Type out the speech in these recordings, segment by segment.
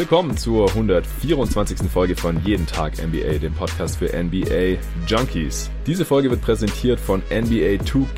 Willkommen zur 124. Folge von Jeden Tag NBA, dem Podcast für NBA Junkies. Diese Folge wird präsentiert von NBA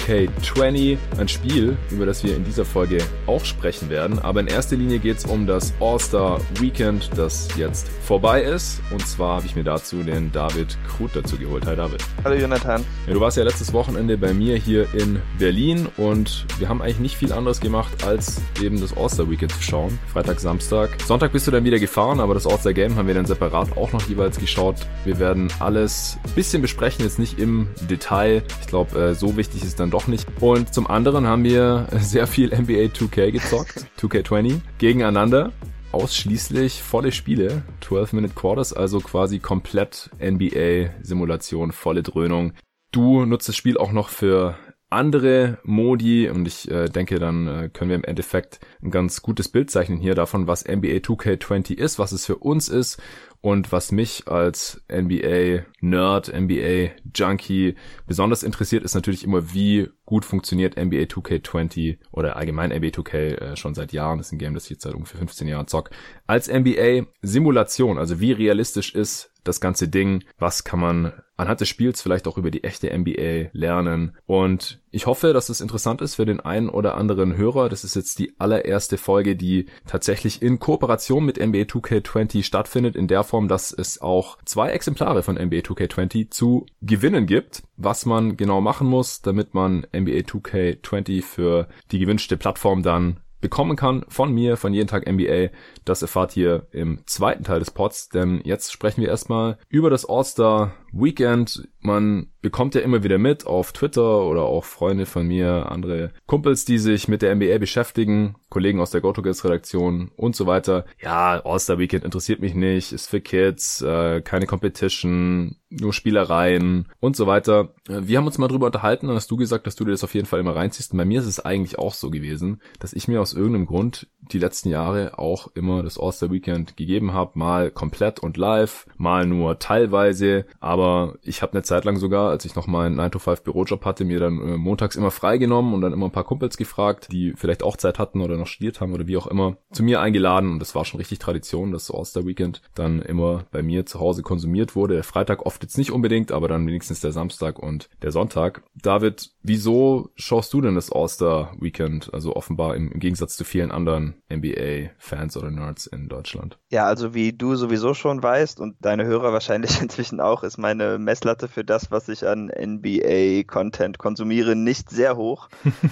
2K20, ein Spiel, über das wir in dieser Folge auch sprechen werden. Aber in erster Linie geht es um das All-Star Weekend, das jetzt vorbei ist. Und zwar habe ich mir dazu den David Krut dazu geholt. Hi David. Hallo Jonathan. Ja, du warst ja letztes Wochenende bei mir hier in Berlin und wir haben eigentlich nicht viel anderes gemacht, als eben das All-Star Weekend zu schauen. Freitag, Samstag. Sonntag bist du dann wieder gefahren, aber das All-Star Game haben wir dann separat auch noch jeweils geschaut. Wir werden alles ein bisschen besprechen, jetzt nicht im Detail. Ich glaube, so wichtig ist dann doch nicht. Und zum anderen haben wir sehr viel NBA 2K gezockt, 2K20, gegeneinander. Ausschließlich volle Spiele, 12-Minute Quarters, also quasi komplett NBA-Simulation, volle Dröhnung. Du nutzt das Spiel auch noch für andere Modi und ich denke, dann können wir im Endeffekt ein ganz gutes Bild zeichnen hier davon, was NBA 2K20 ist, was es für uns ist und was mich als NBA-Nerd, NBA-Junkie besonders interessiert, ist natürlich immer, wie gut funktioniert NBA 2K20 oder allgemein NBA 2K schon seit Jahren. Das ist ein Game, das ich jetzt seit ungefähr 15 Jahren zock. Als NBA-Simulation, also wie realistisch ist das ganze Ding, was kann man anhand des Spiels vielleicht auch über die echte NBA lernen. Und ich hoffe, dass es interessant ist für den einen oder anderen Hörer. Das ist jetzt die allererste Folge, die tatsächlich in Kooperation mit NBA 2K20 stattfindet, in der Form, dass es auch 2 Exemplare von NBA 2K20 zu gewinnen gibt. Was man genau machen muss, damit man NBA 2K20 für die gewünschte Plattform dann bekommen kann von mir, von Jeden Tag NBA. Das erfahrt ihr im zweiten Teil des Pods, denn jetzt sprechen wir erstmal über das All-Star Weekend. Man bekommt ja immer wieder mit auf Twitter oder auch Freunde von mir, andere Kumpels, die sich mit der NBA beschäftigen, Kollegen aus der GoToGuys-Redaktion und so weiter. Ja, All-Star Weekend interessiert mich nicht, ist für Kids, keine Competition, nur Spielereien und so weiter. Wir haben uns mal drüber unterhalten und hast du gesagt, dass du dir das auf jeden Fall immer reinziehst. Und bei mir ist es eigentlich auch so gewesen, dass ich mir aus irgendeinem Grund die letzten Jahre auch immer das All-Star Weekend gegeben habe, mal komplett und live, mal nur teilweise, aber ich habe eine Zeit lang sogar, als ich noch mal einen 9-to-5 Bürojob hatte, mir dann montags immer freigenommen und dann immer ein paar Kumpels gefragt, die vielleicht auch Zeit hatten oder noch studiert haben oder wie auch immer, zu mir eingeladen und das war schon richtig Tradition, dass All-Star Weekend dann immer bei mir zu Hause konsumiert wurde. Der Freitag oft jetzt nicht unbedingt, aber dann wenigstens der Samstag und der Sonntag. David, wieso schaust du denn das All-Star Weekend? Also offenbar im Gegensatz zu vielen anderen NBA-Fans oder Nerds in Deutschland. Ja, also wie du sowieso schon weißt und deine Hörer wahrscheinlich inzwischen auch, ist meine Messlatte für das, was ich an NBA-Content konsumiere, nicht sehr hoch.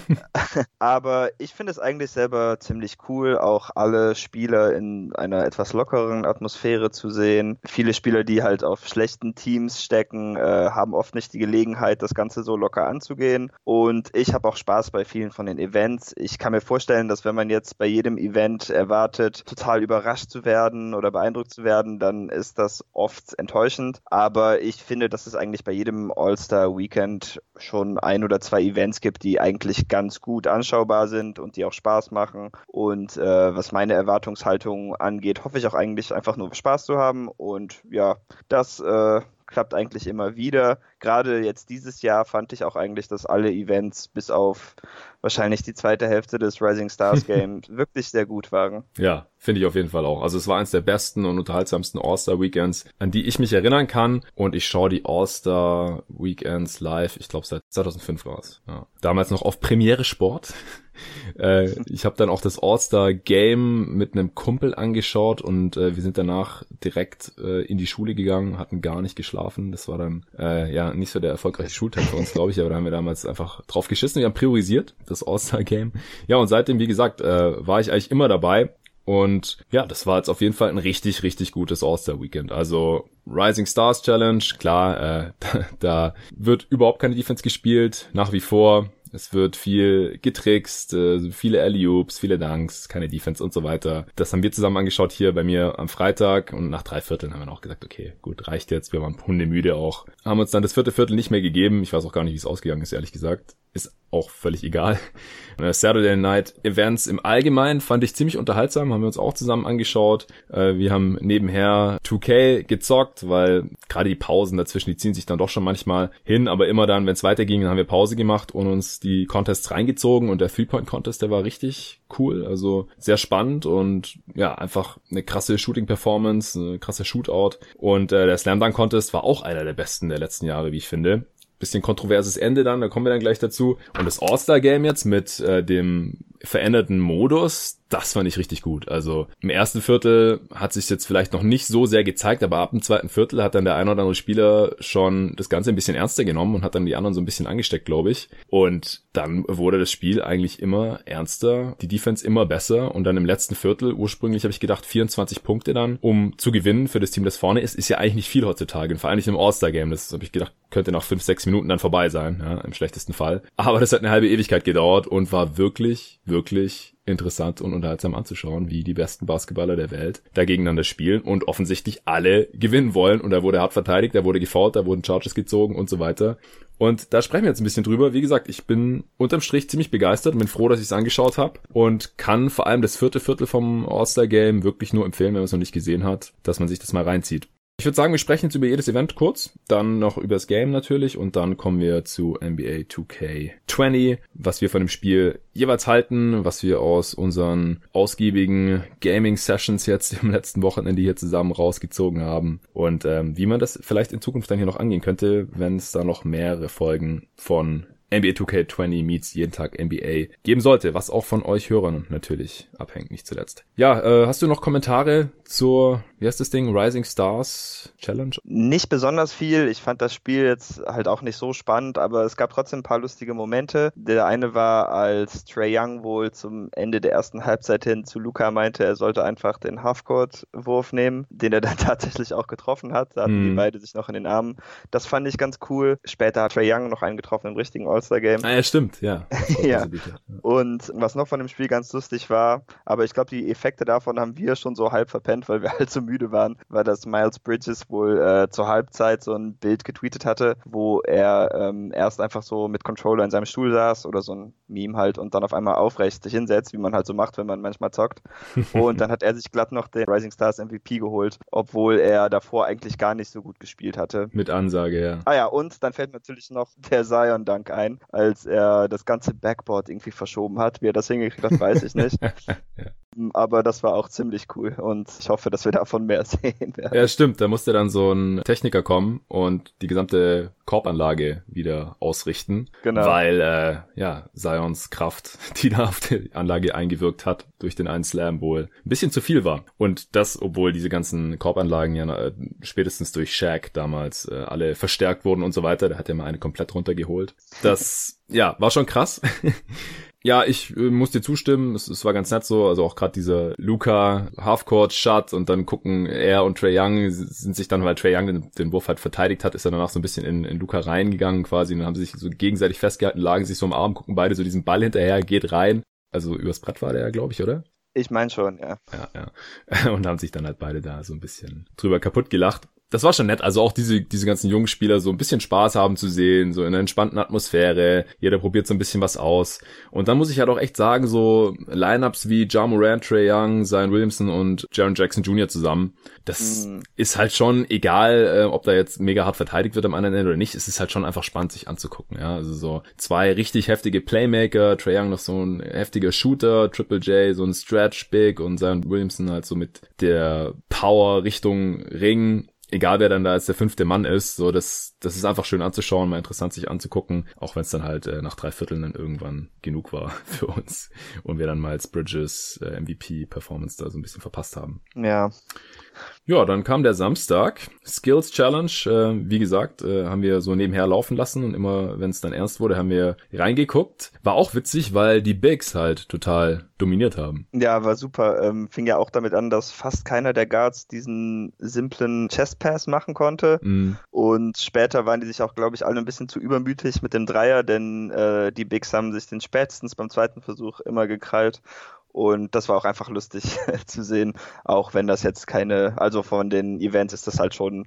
Aber ich finde es eigentlich selber ziemlich cool, auch alle Spieler in einer etwas lockeren Atmosphäre zu sehen. Viele Spieler, die halt auf schlechten Teams stecken, haben oft nicht die Gelegenheit, das Ganze so locker anzugehen. Und ich habe auch Spaß bei vielen von den Events. Ich kann mir vorstellen, dass wenn man jetzt bei jedem Event erwartet, total überrascht zu werden oder beeindruckt zu werden, dann ist das oft enttäuschend. Aber ich finde, dass es eigentlich bei jedem All-Star-Weekend schon 1 oder 2 Events gibt, die eigentlich ganz gut anschaubar sind und die auch Spaß machen. Und was meine Erwartungshaltung angeht, hoffe ich auch eigentlich einfach nur Spaß zu haben. Und ja, das klappt eigentlich immer wieder. Gerade jetzt dieses Jahr fand ich auch eigentlich, dass alle Events bis auf wahrscheinlich die zweite Hälfte des Rising Stars Games wirklich sehr gut waren. Ja, finde ich auf jeden Fall auch. Also es war eines der besten und unterhaltsamsten All-Star Weekends, an die ich mich erinnern kann. Und ich schaue die All-Star Weekends live, ich glaube seit 2005 war es. Ja. Damals noch auf Premiere Sport. Ich habe dann auch das All-Star-Game mit einem Kumpel angeschaut und wir sind danach direkt in die Schule gegangen, hatten gar nicht geschlafen. Das war dann nicht so der erfolgreiche Schultag für uns, glaube ich, aber da haben wir damals einfach drauf geschissen. Wir haben priorisiert, das All-Star-Game. Ja, und seitdem, wie gesagt, war ich eigentlich immer dabei. Und ja, das war jetzt auf jeden Fall ein richtig, richtig gutes All-Star-Weekend. Also Rising Stars Challenge, klar, da wird überhaupt keine Defense gespielt, nach wie vor. Es wird viel getrickst, viele Alley-Oops, viele Dunks, keine Defense und so weiter. Das haben wir zusammen angeschaut hier bei mir am Freitag und nach 3 Vierteln haben wir auch gesagt, okay, gut, reicht jetzt. Wir waren hundemüde auch. Haben uns dann das 4. Viertel nicht mehr gegeben. Ich weiß auch gar nicht, wie es ausgegangen ist, ehrlich gesagt. ist auch völlig egal. Saturday Night Events im Allgemeinen fand ich ziemlich unterhaltsam, haben wir uns auch zusammen angeschaut. Wir haben nebenher 2K gezockt, weil gerade die Pausen dazwischen, die ziehen sich dann doch schon manchmal hin, aber immer dann, wenn es weiterging, dann haben wir Pause gemacht und uns die Contests reingezogen und der 3-Point-Contest, der war richtig cool, also sehr spannend und ja, einfach eine krasse Shooting-Performance, eine krasse Shootout und der Slam-Dunk-Contest war auch einer der besten der letzten Jahre, wie ich finde. Bisschen kontroverses Ende dann, da kommen wir dann gleich dazu. Und das All-Star-Game jetzt mit dem veränderten Modus, das fand ich richtig gut. Also im ersten Viertel hat sich jetzt vielleicht noch nicht so sehr gezeigt, aber ab dem zweiten Viertel hat dann der ein oder andere Spieler schon das Ganze ein bisschen ernster genommen und hat dann die anderen so ein bisschen angesteckt, glaube ich. Und dann wurde das Spiel eigentlich immer ernster, die Defense immer besser und dann im letzten Viertel, ursprünglich habe ich gedacht 24 Punkte dann, um zu gewinnen für das Team, das vorne ist ja eigentlich nicht viel heutzutage und vor allem nicht im All-Star-Game. Das habe ich gedacht, könnte nach 5-6 Minuten dann vorbei sein, ja, im schlechtesten Fall. Aber das hat eine halbe Ewigkeit gedauert und war wirklich, wirklich interessant und unterhaltsam anzuschauen, wie die besten Basketballer der Welt da gegeneinander spielen und offensichtlich alle gewinnen wollen. Und da wurde hart verteidigt, da wurde gefoult, da wurden Charges gezogen und so weiter. Und da sprechen wir jetzt ein bisschen drüber. Wie gesagt, ich bin unterm Strich ziemlich begeistert und bin froh, dass ich es angeschaut habe und kann vor allem das vierte Viertel vom All-Star-Game wirklich nur empfehlen, wenn man es noch nicht gesehen hat, dass man sich das mal reinzieht. Ich würde sagen, wir sprechen jetzt über jedes Event kurz, dann noch über das Game natürlich und dann kommen wir zu NBA 2K20, was wir von dem Spiel jeweils halten, was wir aus unseren ausgiebigen Gaming-Sessions jetzt im letzten Wochenende hier zusammen rausgezogen haben und wie man das vielleicht in Zukunft dann hier noch angehen könnte, wenn es da noch mehrere Folgen von NBA 2K20 meets jeden Tag NBA geben sollte, was auch von euch Hörern natürlich abhängt, nicht zuletzt. Ja, hast du noch Kommentare zur, wie heißt das Ding, Rising Stars Challenge? Nicht besonders viel. Ich fand das Spiel jetzt halt auch nicht so spannend, aber es gab trotzdem ein paar lustige Momente. Der eine war, als Trae Young wohl zum Ende der ersten Halbzeit hin zu Luka meinte, er sollte einfach den Halfcourt-Wurf nehmen, den er dann tatsächlich auch getroffen hat. Da hatten die beide sich noch in den Armen. Das fand ich ganz cool. Später hat Trae Young noch einen getroffen im richtigen All-Star-Game. Ah ja, stimmt, ja. Ja. Und was noch von dem Spiel ganz lustig war, aber ich glaube, die Effekte davon haben wir schon so halb verpennt, weil wir halt so müde waren, war, dass Miles Bridges wohl zur Halbzeit so ein Bild getweetet hatte, wo er erst einfach so mit Controller in seinem Stuhl saß oder so ein Meme halt und dann auf einmal aufrecht sich hinsetzt, wie man halt so macht, wenn man manchmal zockt. Und dann hat er sich glatt noch den Rising Stars MVP geholt, obwohl er davor eigentlich gar nicht so gut gespielt hatte. Mit Ansage, ja. Ah ja, und dann fällt natürlich noch der Zion-Dunk ein, als er das ganze Backboard irgendwie verschoben hat. Wie er das hingekriegt hat, weiß ich nicht. Ja. Aber das war auch ziemlich cool und ich hoffe, dass wir davon mehr sehen werden. Ja, stimmt. Da musste dann so ein Techniker kommen und die gesamte Korbanlage wieder ausrichten. Genau. Weil, Zions Kraft, die da auf die Anlage eingewirkt hat, durch den einen Slam wohl ein bisschen zu viel war. Und das, obwohl diese ganzen Korbanlagen ja spätestens durch Shaq damals alle verstärkt wurden und so weiter. Der hat ja mal eine komplett runtergeholt. Das, ja, war schon krass. Ja, ich muss dir zustimmen, es war ganz nett so, also auch gerade dieser Luka Halfcourt-Shot und dann gucken er und Trae Young sind sich dann, weil Trae Young den Wurf halt verteidigt hat, ist er danach so ein bisschen in Luka reingegangen quasi und dann haben sie sich so gegenseitig festgehalten, lagen sich so im Arm, gucken beide so diesen Ball hinterher, geht rein, also übers Brett war der ja, glaube ich, oder? Ich meine schon, ja. Ja. Und haben sich dann halt beide da so ein bisschen drüber kaputt gelacht. Das war schon nett, also auch diese ganzen jungen Spieler so ein bisschen Spaß haben zu sehen, so in einer entspannten Atmosphäre, jeder probiert so ein bisschen was aus. Und dann muss ich halt auch echt sagen, so Lineups wie Ja Morant, Trae Young, Zion Williamson und Jaren Jackson Jr. zusammen, das ist halt schon egal, ob da jetzt mega hart verteidigt wird am anderen Ende oder nicht, es ist halt schon einfach spannend, sich anzugucken, ja, also so zwei richtig heftige Playmaker, Trae Young noch so ein heftiger Shooter, Triple J, so ein Stretch Big und Zion Williamson halt so mit der Power Richtung Ring. Egal wer dann da als der 5. Mann ist, so das ist einfach schön anzuschauen, mal interessant sich anzugucken, auch wenn es dann halt nach 3 Vierteln dann irgendwann genug war für uns und wir dann Miles Bridges MVP-Performance da so ein bisschen verpasst haben. Ja. Ja, dann kam der Samstag, Skills Challenge, wie gesagt, haben wir so nebenher laufen lassen und immer, wenn es dann ernst wurde, haben wir reingeguckt. War auch witzig, weil die Bigs halt total dominiert haben. Ja, war super. Fing ja auch damit an, dass fast keiner der Guards diesen simplen Chest Pass machen konnte. Und später waren die sich auch, glaube ich, alle ein bisschen zu übermütig mit dem Dreier, denn die Bigs haben sich den spätestens beim zweiten Versuch immer gekrallt. Und das war auch einfach lustig zu sehen, auch wenn das jetzt also von den Events ist das halt schon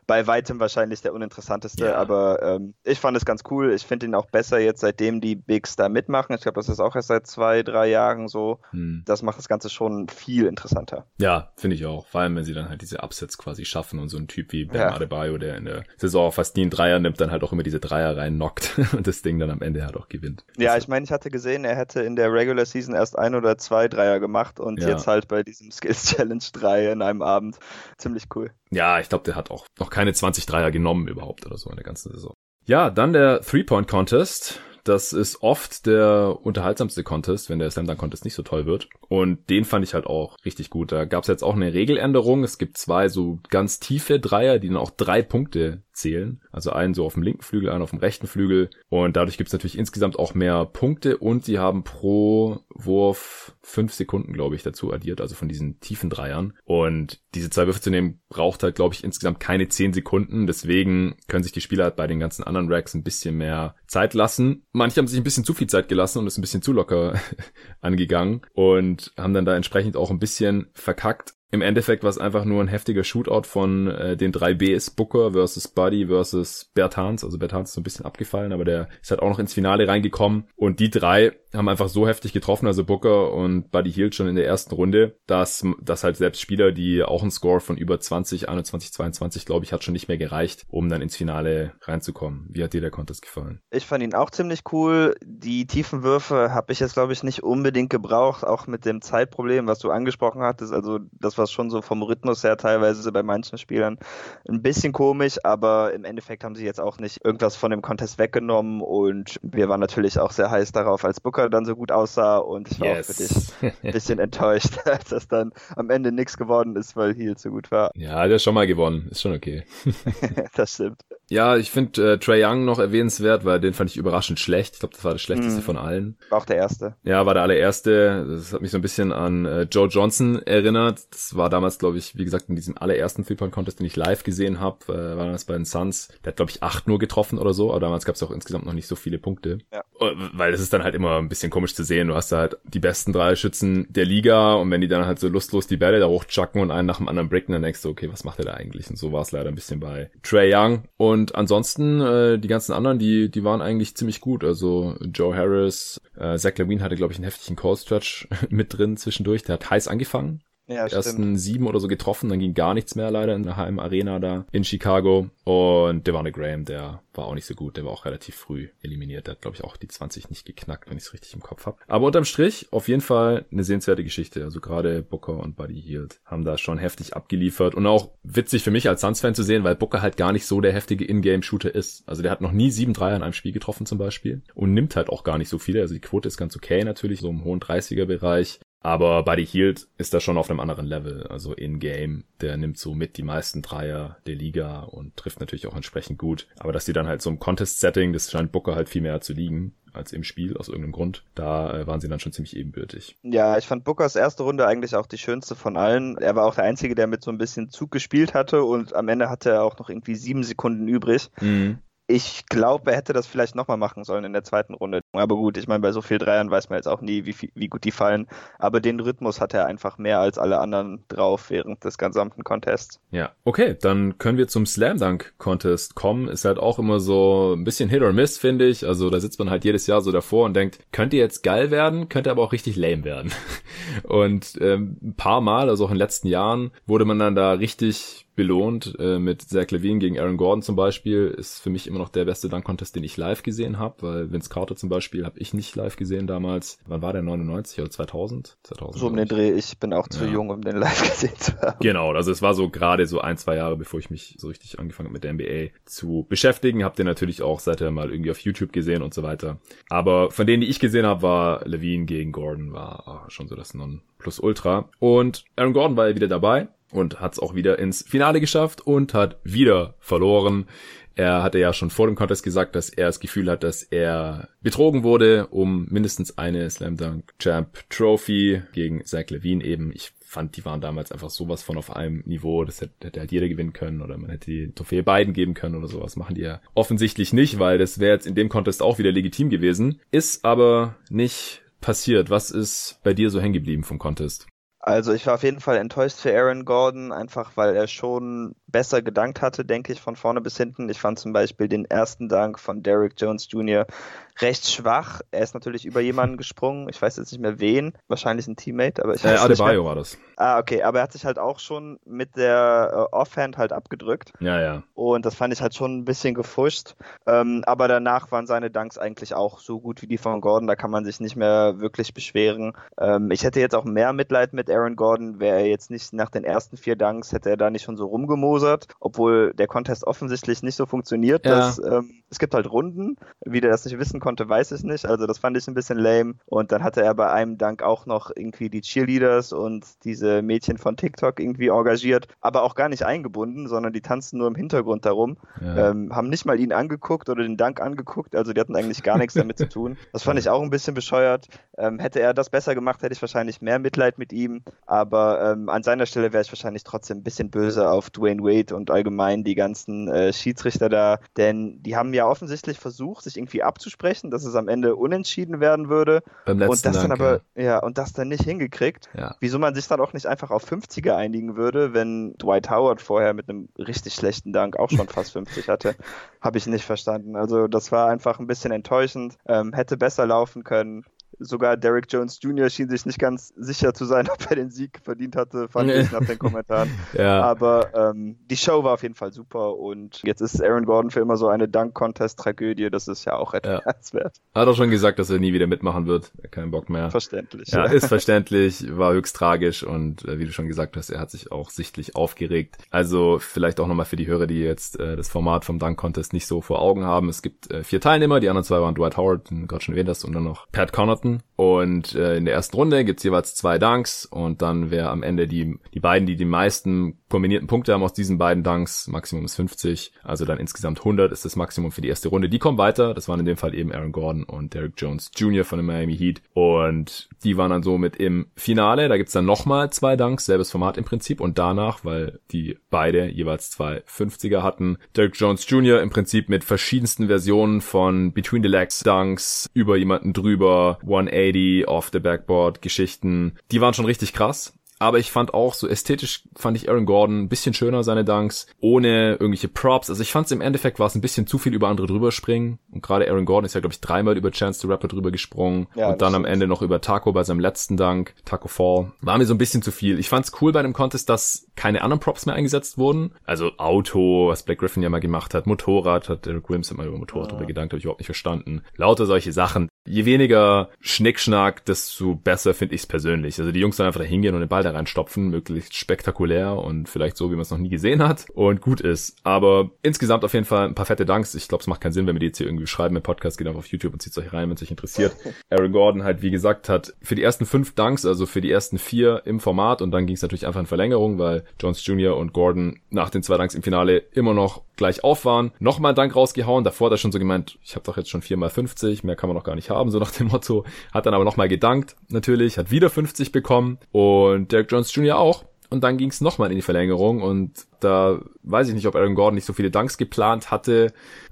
bei weitem wahrscheinlich der uninteressanteste, Ja. aber ich fand es ganz cool. Ich finde ihn auch besser jetzt, seitdem die Bigs da mitmachen. Ich glaube, das ist auch erst seit 2-3 Jahren so. Das macht das Ganze schon viel interessanter. Ja, finde ich auch. Vor allem, wenn sie dann halt diese Upsets quasi schaffen und so ein Typ wie Bam Adebayo, der in der Saison fast nie einen Dreier nimmt, dann halt auch immer diese Dreier reinnockt und das Ding dann am Ende halt auch gewinnt. Ja, ich meine, ich hatte gesehen, er hätte in der Regular Season erst 1 oder 2 Dreier gemacht und jetzt halt bei diesem Skills Challenge 3 in einem Abend. Ziemlich cool. Ja, ich glaube, der hat auch noch keine 20 Dreier genommen überhaupt oder so in der ganzen Saison. Ja, dann der Three-Point-Contest. Das ist oft der unterhaltsamste Contest, wenn der Slam Dunk Contest nicht so toll wird. Und den fand ich halt auch richtig gut. Da gab es jetzt auch eine Regeländerung. Es gibt 2 so ganz tiefe Dreier, die dann auch 3 Punkte zählen. Also einen so auf dem linken Flügel, einen auf dem rechten Flügel. Und dadurch gibt es natürlich insgesamt auch mehr Punkte. Und sie haben pro Wurf 5 Sekunden, glaube ich, dazu addiert. Also von diesen tiefen Dreiern. Und diese 2 Würfe zu nehmen, braucht halt, glaube ich, insgesamt keine 10 Sekunden. Deswegen können sich die Spieler halt bei den ganzen anderen Racks ein bisschen mehr Zeit lassen. Manche haben sich ein bisschen zu viel Zeit gelassen und ist ein bisschen zu locker angegangen und haben dann da entsprechend auch ein bisschen verkackt. Im Endeffekt war es einfach nur ein heftiger Shootout von den 3 Bs, Booker versus Buddy versus Bertans. Also Bertans ist so ein bisschen abgefallen, aber der ist halt auch noch ins Finale reingekommen. Und die 3 haben einfach so heftig getroffen, also Booker und Buddy Hield schon in der ersten Runde, dass halt selbst Spieler, die auch einen Score von über 20, 21, 22, glaube ich, hat schon nicht mehr gereicht, um dann ins Finale reinzukommen. Wie hat dir der Contest gefallen? Ich fand ihn auch ziemlich cool. Die tiefen Würfe habe ich jetzt, glaube ich, nicht unbedingt gebraucht, auch mit dem Zeitproblem, was du angesprochen hattest. Also das war schon so vom Rhythmus her teilweise bei manchen Spielern ein bisschen komisch, aber im Endeffekt haben sie jetzt auch nicht irgendwas von dem Contest weggenommen und wir waren natürlich auch sehr heiß darauf, als Booker dann so gut aussah und ich war auch für dich ein bisschen enttäuscht, als das dann am Ende nichts geworden ist, weil Hield so gut war. Ja, der hat schon mal gewonnen, ist schon okay. Das stimmt. Ja, ich finde Trae Young noch erwähnenswert, weil den fand ich überraschend schlecht. Ich glaube, das war das schlechteste von allen. War auch der erste. Ja, war der allererste. Das hat mich so ein bisschen an Joe Johnson erinnert. Das war damals, glaube ich, wie gesagt, in diesem allerersten Three-Point-Contest, den ich live gesehen habe, war damals bei den Suns. Der hat, glaube ich, 8 nur getroffen oder so, aber damals gab es auch insgesamt noch nicht so viele Punkte. Ja. Weil das ist dann halt immer ein bisschen komisch zu sehen. Du hast da halt die besten 3 Schützen der Liga und wenn die dann halt so lustlos die Bälle da hochchucken und einen nach dem anderen bricken, dann denkst du, okay, was macht der da eigentlich? Und so war es leider ein bisschen bei Trae Young. Und ansonsten, die ganzen anderen, die waren eigentlich ziemlich gut. Also Joe Harris, Zach LaVine hatte, glaube ich, einen heftigen Call-Stretch mit drin zwischendurch. Der hat heiß angefangen. Ja, die ersten 7 oder so getroffen, dann ging gar nichts mehr leider in der HM Arena da in Chicago. Und Devonte Graham, der war auch nicht so gut, der war auch relativ früh eliminiert. Der hat, glaube ich, auch die 20 nicht geknackt, wenn ich es richtig im Kopf habe. Aber unterm Strich auf jeden Fall eine sehenswerte Geschichte. Also gerade Booker und Buddy Hield haben da schon heftig abgeliefert. Und auch witzig für mich als Suns-Fan zu sehen, weil Booker halt gar nicht so der heftige In-Game-Shooter ist. Also der hat noch nie 7 Dreier in einem Spiel getroffen zum Beispiel und nimmt halt auch gar nicht so viele. Also die Quote ist ganz okay natürlich, so im hohen 30er-Bereich. Aber Buddy Hield ist da schon auf einem anderen Level, also in-game. Der nimmt so mit die meisten Dreier der Liga und trifft natürlich auch entsprechend gut. Aber dass die dann halt so im Contest-Setting, das scheint Booker halt viel mehr zu liegen als im Spiel, aus irgendeinem Grund. Da waren sie dann schon ziemlich ebenbürtig. Ja, ich fand Bookers erste Runde eigentlich auch die schönste von allen. Er war auch der Einzige, der mit so ein bisschen Zug gespielt hatte und am Ende hatte er auch noch irgendwie 7 Sekunden übrig. Ich glaube, er hätte das vielleicht nochmal machen sollen in der zweiten Runde. Aber gut, ich meine, bei so viel Dreiern weiß man jetzt auch nie, wie gut die fallen. Aber den Rhythmus hat er einfach mehr als alle anderen drauf während des gesamten Contests. Ja, okay, dann können wir zum Slam Dunk Contest kommen. Ist halt auch immer so ein bisschen Hit or Miss, finde ich. Also da sitzt man halt jedes Jahr so davor und denkt, könnte jetzt geil werden, könnte aber auch richtig lame werden. Und ein paar Mal, also auch in den letzten Jahren, wurde man dann da richtig belohnt. Mit Zach LaVine gegen Aaron Gordon zum Beispiel ist für mich immer noch der beste Dunk-Contest, den ich live gesehen habe, weil Vince Carter zum Beispiel habe ich nicht live gesehen damals. Wann war der? 99 oder 2000? 2000 so um den Dreh. Ich bin auch zu jung, um den live gesehen zu haben. Genau, also es war so gerade so 1-2 Jahre, bevor ich mich so richtig angefangen habe mit der NBA zu beschäftigen. Habt ihr natürlich auch seither mal irgendwie auf YouTube gesehen und so weiter. Aber von denen, die ich gesehen habe, war LaVine gegen Gordon, war schon so das Nonplusultra. Und Aaron Gordon war ja wieder dabei und hat es auch wieder ins Finale geschafft und hat wieder verloren. Er hatte ja schon vor dem Contest gesagt, dass er das Gefühl hat, dass er betrogen wurde um mindestens eine Slam Dunk Champ Trophy gegen Zach LaVine eben. Ich fand, die waren damals einfach sowas von auf einem Niveau, das hätte halt jeder gewinnen können oder man hätte die Trophäe beiden geben können oder sowas. Machen die ja offensichtlich nicht, weil das wäre jetzt in dem Contest auch wieder legitim gewesen. Ist aber nicht passiert. Was ist bei dir so hängen geblieben vom Contest? Also ich war auf jeden Fall enttäuscht für Aaron Gordon, einfach weil er schon besser gedankt hatte, denke ich, von vorne bis hinten. Ich fand zum Beispiel den ersten Dank von Derrick Jones Jr. recht schwach. Er ist natürlich über jemanden gesprungen. Ich weiß jetzt nicht mehr wen. Wahrscheinlich ein Teammate, aber ich weiß nicht mehr. Adebayo war das. Okay, aber er hat sich halt auch schon mit der Offhand halt abgedrückt. Ja. Und das fand ich halt schon ein bisschen gefuscht. Aber danach waren seine Dunks eigentlich auch so gut wie die von Gordon. Da kann man sich nicht mehr wirklich beschweren. Ich hätte jetzt auch mehr Mitleid mit Aaron Gordon. Wäre er jetzt nicht nach den ersten 4 Dunks, hätte er da nicht schon so rumgemosert. Obwohl der Contest offensichtlich nicht so funktioniert. Ja. Es gibt halt Runden. Wie der das nicht wissen konnte, weiß ich nicht. Also das fand ich ein bisschen lame. Und dann hatte er bei einem Dunk auch noch irgendwie die Cheerleaders und diese Mädchen von TikTok irgendwie engagiert, aber auch gar nicht eingebunden, sondern die tanzten nur im Hintergrund darum, haben nicht mal ihn angeguckt oder den Dunk angeguckt, also die hatten eigentlich gar nichts damit zu tun. Das fand ich auch ein bisschen bescheuert. Hätte er das besser gemacht, hätte ich wahrscheinlich mehr Mitleid mit ihm, aber an seiner Stelle wäre ich wahrscheinlich trotzdem ein bisschen böse auf Dwayne Wade und allgemein die ganzen Schiedsrichter da, denn die haben ja offensichtlich versucht, sich irgendwie abzusprechen, dass es am Ende unentschieden werden würde. Beim letzten und das Dank, dann aber, und das dann nicht hingekriegt. Ja. Wieso man sich dann auch nicht einfach auf 50er einigen würde, wenn Dwight Howard vorher mit einem richtig schlechten Dank auch schon fast 50 hatte, habe ich nicht verstanden. Also das war einfach ein bisschen enttäuschend, hätte besser laufen können. Sogar Derrick Jones Jr. schien sich nicht ganz sicher zu sein, ob er den Sieg verdient hatte, fand ich nach den Kommentaren. Aber die Show war auf jeden Fall super und jetzt ist Aaron Gordon für immer so eine Dunk-Contest-Tragödie, das ist ja auch erwähnenswert. Hat auch schon gesagt, dass er nie wieder mitmachen wird, keinen Bock mehr. Verständlich. Ja, ist verständlich, war höchst tragisch und wie du schon gesagt hast, er hat sich auch sichtlich aufgeregt. Also vielleicht auch nochmal für die Hörer, die jetzt das Format vom Dunk-Contest nicht so vor Augen haben. Es gibt 4 Teilnehmer, die anderen 2 waren Dwight Howard, den du gerade schon erwähnt hast, und dann noch Pat Connaughton. Und in der ersten Runde gibt's jeweils 2 Dunks und dann wer am Ende die beiden, die meisten kombinierten Punkte haben aus diesen beiden Dunks, Maximum ist 50, also dann insgesamt 100 ist das Maximum für die erste Runde. Die kommen weiter, das waren in dem Fall eben Aaron Gordon und Derrick Jones Jr. von den Miami Heat und die waren dann somit im Finale. Da gibt's dann nochmal 2 Dunks, selbes Format im Prinzip und danach, weil die beide jeweils 2 50er hatten, Derrick Jones Jr. im Prinzip mit verschiedensten Versionen von Between the Legs Dunks, über jemanden drüber, 180, off the backboard Geschichten, die waren schon richtig krass. Aber ich fand auch, so ästhetisch fand ich Aaron Gordon ein bisschen schöner, seine Dunks, ohne irgendwelche Props. Also ich fand es im Endeffekt, war es ein bisschen zu viel über andere drüber springen. Und gerade Aaron Gordon ist ja, glaube ich, 3-mal über Chance the Rapper drüber gesprungen. Ja, und dann am Ende noch über Taco bei seinem letzten Dunk, Taco Fall. War mir so ein bisschen zu viel. Ich fand's cool bei dem Contest, dass keine anderen Props mehr eingesetzt wurden. Also Auto, was Blake Griffin ja mal gemacht hat, Motorrad, hat Derek Williams immer über Motorrad drüber gedankt, habe ich überhaupt nicht verstanden. Lauter solche Sachen. Je weniger Schnickschnack, desto besser finde ich es persönlich. Also die Jungs dann einfach da hingehen und den Ball da reinstopfen, möglichst spektakulär und vielleicht so, wie man es noch nie gesehen hat und gut ist. Aber insgesamt auf jeden Fall ein paar fette Dunks. Ich glaube, es macht keinen Sinn, wenn wir die jetzt hier irgendwie schreiben im Podcast. Geht einfach auf YouTube und zieht es euch rein, wenn es euch interessiert. Aaron Gordon halt, wie gesagt, hat für die ersten 5 Dunks, also für die ersten 4 im Format und dann ging es natürlich einfach in Verlängerung, weil Jones Jr. und Gordon nach den 2 Dunks im Finale immer noch gleich auf waren. Nochmal einen Dank rausgehauen. Davor hat er schon so gemeint, ich habe doch jetzt schon 4x50, mehr kann man noch gar nicht haben, so nach dem Motto. Hat dann aber nochmal gedankt, natürlich, hat wieder 50 bekommen und Derrick Jones Jr. auch. Und dann ging es nochmal in die Verlängerung und da weiß ich nicht, ob Aaron Gordon nicht so viele Dunks geplant hatte,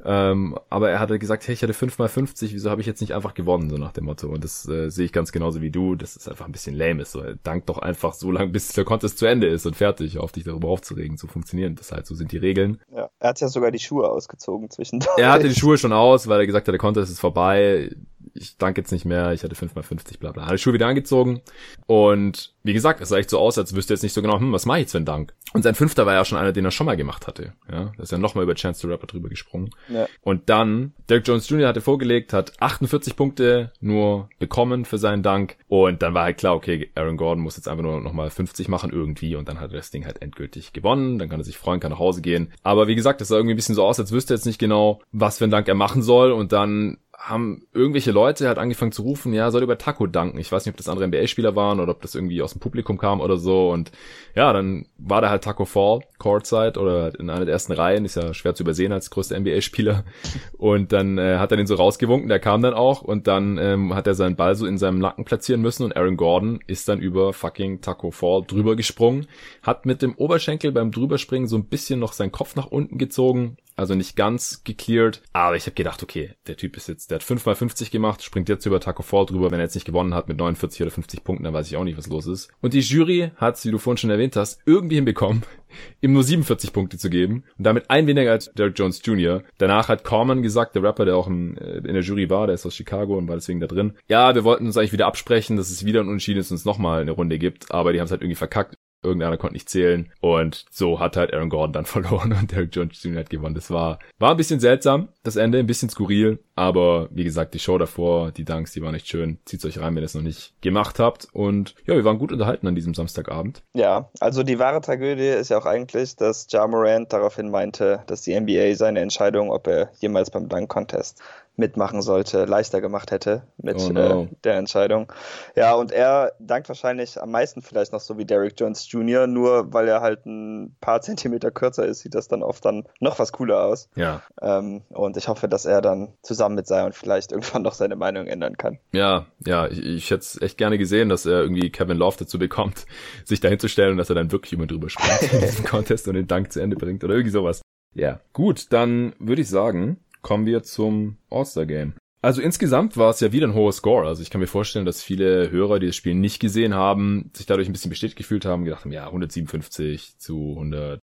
aber er hatte gesagt, hey, ich hatte 5x50, wieso habe ich jetzt nicht einfach gewonnen, so nach dem Motto. Und das sehe ich ganz genauso wie du, dass es einfach ein bisschen lame ist. So, dank doch einfach so lange, bis der Contest zu Ende ist und fertig, auf dich darüber aufzuregen, so funktionieren das halt, so sind die Regeln. Ja, er hat ja sogar die Schuhe ausgezogen zwischendurch. Er hatte die Schuhe schon aus, weil er gesagt hat, der Contest ist vorbei, ich danke jetzt nicht mehr, ich hatte 5x50, bla bla. Hat die Schuhe wieder angezogen und wie gesagt, es sah echt so aus, als wüsste er jetzt nicht so genau, was mache ich jetzt für einen Dank? Und sein 5. war ja schon einer, den er schon mal gemacht hatte. Ja, da ist ja nochmal über Chance the Rapper drüber gesprungen. Ja. Und dann, Derrick Jones Jr. hatte vorgelegt, hat 48 Punkte nur bekommen für seinen Dank. Und dann war halt klar, okay, Aaron Gordon muss jetzt einfach nur nochmal 50 machen irgendwie. Und dann hat er das Ding halt endgültig gewonnen. Dann kann er sich freuen, kann nach Hause gehen. Aber wie gesagt, das sah irgendwie ein bisschen so aus, als wüsste er jetzt nicht genau, was für einen Dank er machen soll. Und dann haben irgendwelche Leute halt angefangen zu rufen, ja, soll über Taco danken. Ich weiß nicht, ob das andere NBA-Spieler waren oder ob das irgendwie aus dem Publikum kam oder so. Und ja, dann war da halt Taco Fall, Courtside oder halt in einer der ersten Reihen. Ist ja schwer zu übersehen als größter NBA-Spieler. Und dann hat er den so rausgewunken, der kam dann auch. Und dann hat er seinen Ball so in seinem Nacken platzieren müssen. Und Aaron Gordon ist dann über fucking Taco Fall drüber gesprungen. Hat mit dem Oberschenkel beim Drüberspringen so ein bisschen noch seinen Kopf nach unten gezogen. also nicht ganz gecleared, aber ich habe gedacht, okay, der Typ ist jetzt, der hat 5x50 gemacht, springt jetzt über Taco Fall drüber, wenn er jetzt nicht gewonnen hat mit 49 oder 50 Punkten, dann weiß ich auch nicht, was los ist. Und die Jury hat, wie du vorhin schon erwähnt hast, irgendwie hinbekommen, ihm nur 47 Punkte zu geben und damit ein weniger als Derrick Jones Jr. Danach hat Corman gesagt, der Rapper, der auch in der Jury war, der ist aus Chicago und war deswegen da drin, ja, wir wollten uns eigentlich wieder absprechen, dass es wieder ein Unentschieden ist und es nochmal eine Runde gibt, aber die haben es halt irgendwie verkackt. Irgendeiner konnte nicht zählen und so hat halt Aaron Gordon dann verloren und Derrick Jones Jr. hat gewonnen. Das war ein bisschen seltsam, das Ende, ein bisschen skurril, aber wie gesagt, die Show davor, die Dunks, die waren echt schön. Zieht's euch rein, wenn ihr es noch nicht gemacht habt und ja, wir waren gut unterhalten an diesem Samstagabend. Ja, also die wahre Tragödie ist ja auch eigentlich, dass Ja Morant daraufhin meinte, dass die NBA seine Entscheidung, ob er jemals beim Dunk-Contest mitmachen sollte, leichter gemacht hätte mit der Entscheidung. Ja, und er dankt wahrscheinlich am meisten vielleicht noch so wie Derrick Jones Jr., nur weil er halt ein paar Zentimeter kürzer ist, sieht das dann oft dann noch was cooler aus. Ja. Und ich hoffe, dass er dann zusammen mit Zion vielleicht irgendwann noch seine Meinung ändern kann. Ja, ich hätte es echt gerne gesehen, dass er irgendwie Kevin Love dazu bekommt, sich dahin zu stellen und dass er dann wirklich immer drüber springt in diesem Contest und den Dank zu Ende bringt oder irgendwie sowas. Ja, gut, dann würde ich sagen, kommen wir zum All-Star-Game. Also insgesamt war es ja wieder ein hoher Score. Also ich kann mir vorstellen, dass viele Hörer, die das Spiel nicht gesehen haben, sich dadurch ein bisschen bestätigt gefühlt haben, gedacht haben, ja, 157 zu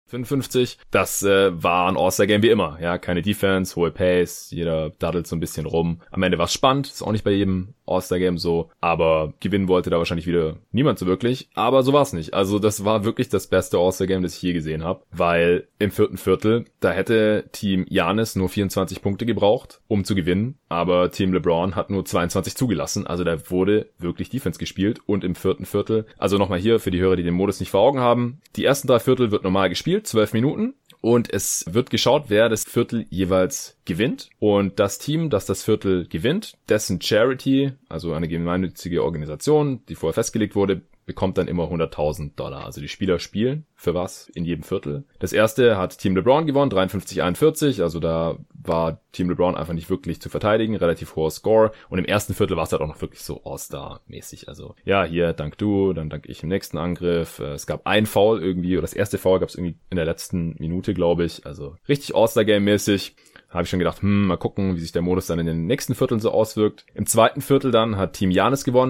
155. Das war ein All-Star-Game wie immer. Ja, keine Defense, hohe Pace, jeder daddelt so ein bisschen rum. Am Ende war es spannend, ist auch nicht bei jedem All-Star-Game so, aber gewinnen wollte da wahrscheinlich wieder niemand so wirklich. Aber so war es nicht. Also das war wirklich das beste All-Star-Game, das ich je gesehen habe, weil im vierten Viertel, da hätte Team Giannis nur 24 Punkte gebraucht, um zu gewinnen, aber Team LeBron hat nur 22 zugelassen, also da wurde wirklich Defense gespielt und im vierten Viertel, also nochmal hier für die Hörer, die den Modus nicht vor Augen haben, die ersten 3 Viertel wird normal gespielt, 12 Minuten und es wird geschaut, wer das Viertel jeweils gewinnt und das Team, das das Viertel gewinnt, dessen Charity, also eine gemeinnützige Organisation, die vorher festgelegt wurde, bekommt dann immer $100.000. Also die Spieler spielen für was in jedem Viertel. Das erste hat Team LeBron gewonnen, 53-41. Also da war Team LeBron einfach nicht wirklich zu verteidigen. Relativ hoher Score. Und im ersten Viertel war es halt auch noch wirklich so All-Star-mäßig. Also ja, hier dank du, dann dank ich im nächsten Angriff. Es gab ein Foul irgendwie, oder das erste Foul gab es irgendwie in der letzten Minute, glaube ich. Also richtig All-Star-Game-mäßig. Habe ich schon gedacht, mal gucken, wie sich der Modus dann in den nächsten Vierteln so auswirkt. Im zweiten Viertel dann hat Team Giannis gewonnen,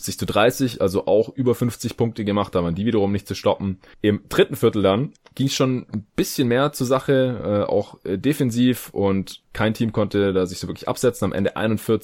51-30, also auch über 50 Punkte gemacht, da waren die wiederum nicht zu stoppen. Im dritten Viertel dann ging es schon ein bisschen mehr zur Sache, auch defensiv und kein Team konnte da sich so wirklich absetzen. Am Ende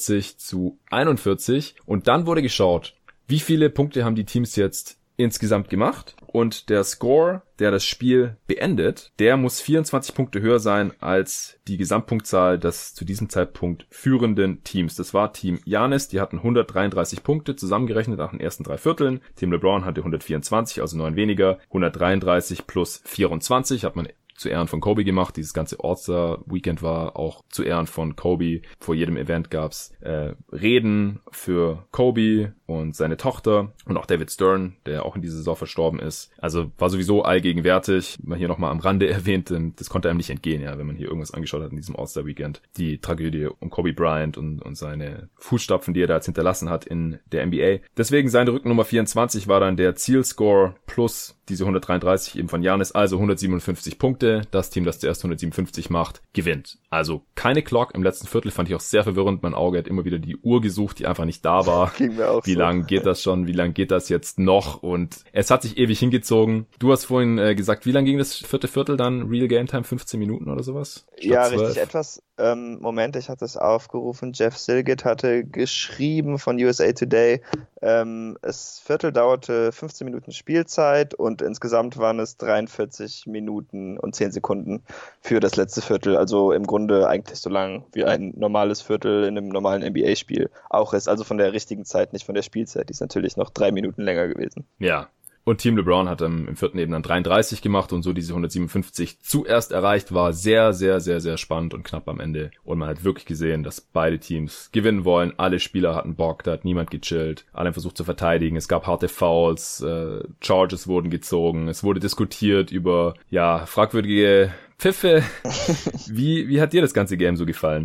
41-41 und dann wurde geschaut, wie viele Punkte haben die Teams jetzt insgesamt gemacht und der Score, der das Spiel beendet, der muss 24 Punkte höher sein als die Gesamtpunktzahl des zu diesem Zeitpunkt führenden Teams. Das war Team Giannis, die hatten 133 Punkte zusammengerechnet nach den ersten 3 Vierteln. Team LeBron hatte 124, also 9 weniger. 133 plus 24 hat man zu Ehren von Kobe gemacht. Dieses ganze All-Star-Weekend war auch zu Ehren von Kobe. Vor jedem Event gab's Reden für Kobe und seine Tochter und auch David Stern, der auch in dieser Saison verstorben ist. Also war sowieso allgegenwärtig. Mal hier nochmal am Rande erwähnt, denn das konnte einem nicht entgehen, ja, wenn man hier irgendwas angeschaut hat in diesem All-Star-Weekend. Die Tragödie um Kobe Bryant und seine Fußstapfen, die er da jetzt hinterlassen hat in der NBA. Deswegen seine Rückennummer 24 war dann der Zielscore plus diese 133 eben von Giannis, also 157 Punkte. Das Team, das zuerst 157 macht, gewinnt. Also keine Clock im letzten Viertel, fand ich auch sehr verwirrend. Mein Auge hat immer wieder die Uhr gesucht, die einfach nicht da war. Wie lang geht das schon? Wie lang geht das jetzt noch? Und es hat sich ewig hingezogen. Du hast vorhin gesagt, wie lang ging das vierte Viertel dann? Real Game Time, 15 Minuten oder sowas? Ja, 12? Richtig etwas. Moment, ich hatte es aufgerufen. Jeff Silgett hatte geschrieben von USA Today, das Viertel dauerte 15 Minuten Spielzeit und insgesamt waren es 43 Minuten und 10 Sekunden für das letzte Viertel. Also im Grunde eigentlich so lang wie ein normales Viertel in einem normalen NBA-Spiel auch ist. Also von der richtigen Zeit, nicht von der Spielzeit. Die ist natürlich noch 3 Minuten länger gewesen. Ja. Und Team LeBron hat im vierten eben dann 33 gemacht und so diese 157 zuerst erreicht, war sehr, sehr, sehr, sehr spannend und knapp am Ende. Und man hat wirklich gesehen, dass beide Teams gewinnen wollen. Alle Spieler hatten Bock, da hat niemand gechillt. Alle haben versucht zu verteidigen. Es gab harte Fouls, Charges wurden gezogen. Es wurde diskutiert über, ja, fragwürdige Pfiffe. Wie hat dir das ganze Game so gefallen?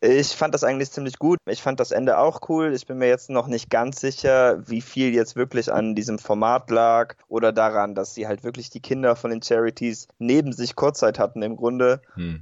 Ich fand das eigentlich ziemlich gut. Ich fand das Ende auch cool. Ich bin mir jetzt noch nicht ganz sicher, wie viel jetzt wirklich an diesem Format lag oder daran, dass sie halt wirklich die Kinder von den Charities neben sich Kurzzeit hatten im Grunde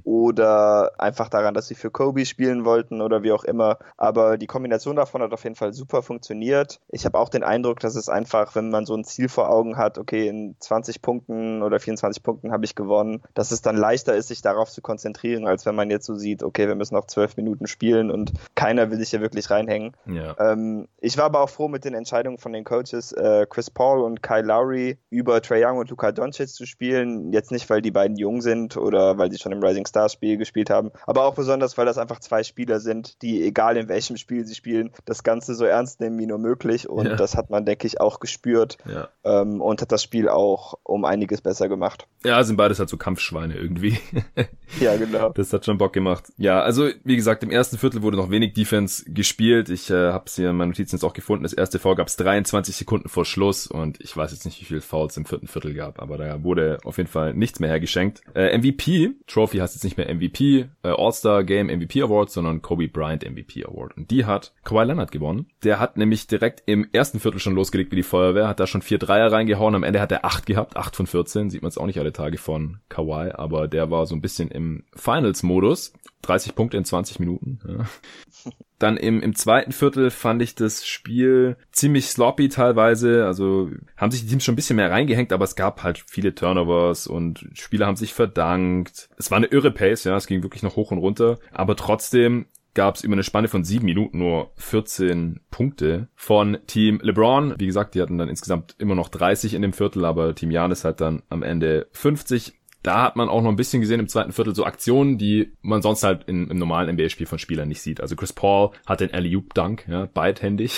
oder einfach daran, dass sie für Kobe spielen wollten oder wie auch immer. Aber die Kombination davon hat auf jeden Fall super funktioniert. Ich habe auch den Eindruck, dass es einfach, wenn man so ein Ziel vor Augen hat, okay, in 20 Punkten oder 24 Punkten habe ich gewonnen, dass es dann leichter ist, sich darauf zu konzentrieren, als wenn man jetzt so sieht, okay, wir müssen noch 12 Minuten spielen und keiner will sich hier wirklich reinhängen. Ja. Ich war aber auch froh mit den Entscheidungen von den Coaches, Chris Paul und Kyle Lowry über Trae Young und Luka Doncic zu spielen. Jetzt nicht, weil die beiden jung sind oder weil sie schon im Rising Stars Spiel gespielt haben, aber auch besonders, weil das einfach zwei Spieler sind, die, egal in welchem Spiel sie spielen, das Ganze so ernst nehmen wie nur möglich und das hat man, denke ich, auch gespürt und hat das Spiel auch um einiges besser gemacht. Ja, sind beides halt so Kampfschweine irgendwie. Ja, genau. Das hat schon Bock gemacht. Ja, also wie gesagt, im ersten Viertel wurde noch wenig Defense gespielt. Ich habe es hier in meinen Notizen jetzt auch gefunden. Das erste Foul gab es 23 Sekunden vor Schluss und ich weiß jetzt nicht, wie viele Fouls im vierten Viertel gab, aber da wurde auf jeden Fall nichts mehr hergeschenkt. MVP, Trophy heißt jetzt nicht mehr MVP, All-Star Game MVP Award, sondern Kobe Bryant MVP Award. Und die hat Kawhi Leonard gewonnen. Der hat nämlich direkt im ersten Viertel schon losgelegt wie die Feuerwehr, hat da schon 4 Dreier reingehauen. Am Ende hat er 8 gehabt, 8 von 14. Sieht man jetzt auch nicht alle Tage von Kawhi, aber der war so ein bisschen im Finals-Modus. 30 Punkte in 20 Minuten. Ja. Dann im zweiten Viertel fand ich das Spiel ziemlich sloppy teilweise. Also haben sich die Teams schon ein bisschen mehr reingehängt, aber es gab halt viele Turnovers und Spieler haben sich verdankt. Es war eine irre Pace, ja, es ging wirklich noch hoch und runter. Aber trotzdem gab es über eine Spanne von 7 Minuten nur 14 Punkte von Team LeBron. Wie gesagt, die hatten dann insgesamt immer noch 30 in dem Viertel, aber Team Giannis hat dann am Ende 50. Da hat man auch noch ein bisschen gesehen im zweiten Viertel so Aktionen, die man sonst halt im normalen NBA-Spiel von Spielern nicht sieht. Also Chris Paul hat den Alley-Oop-Dunk, ja, beidhändig.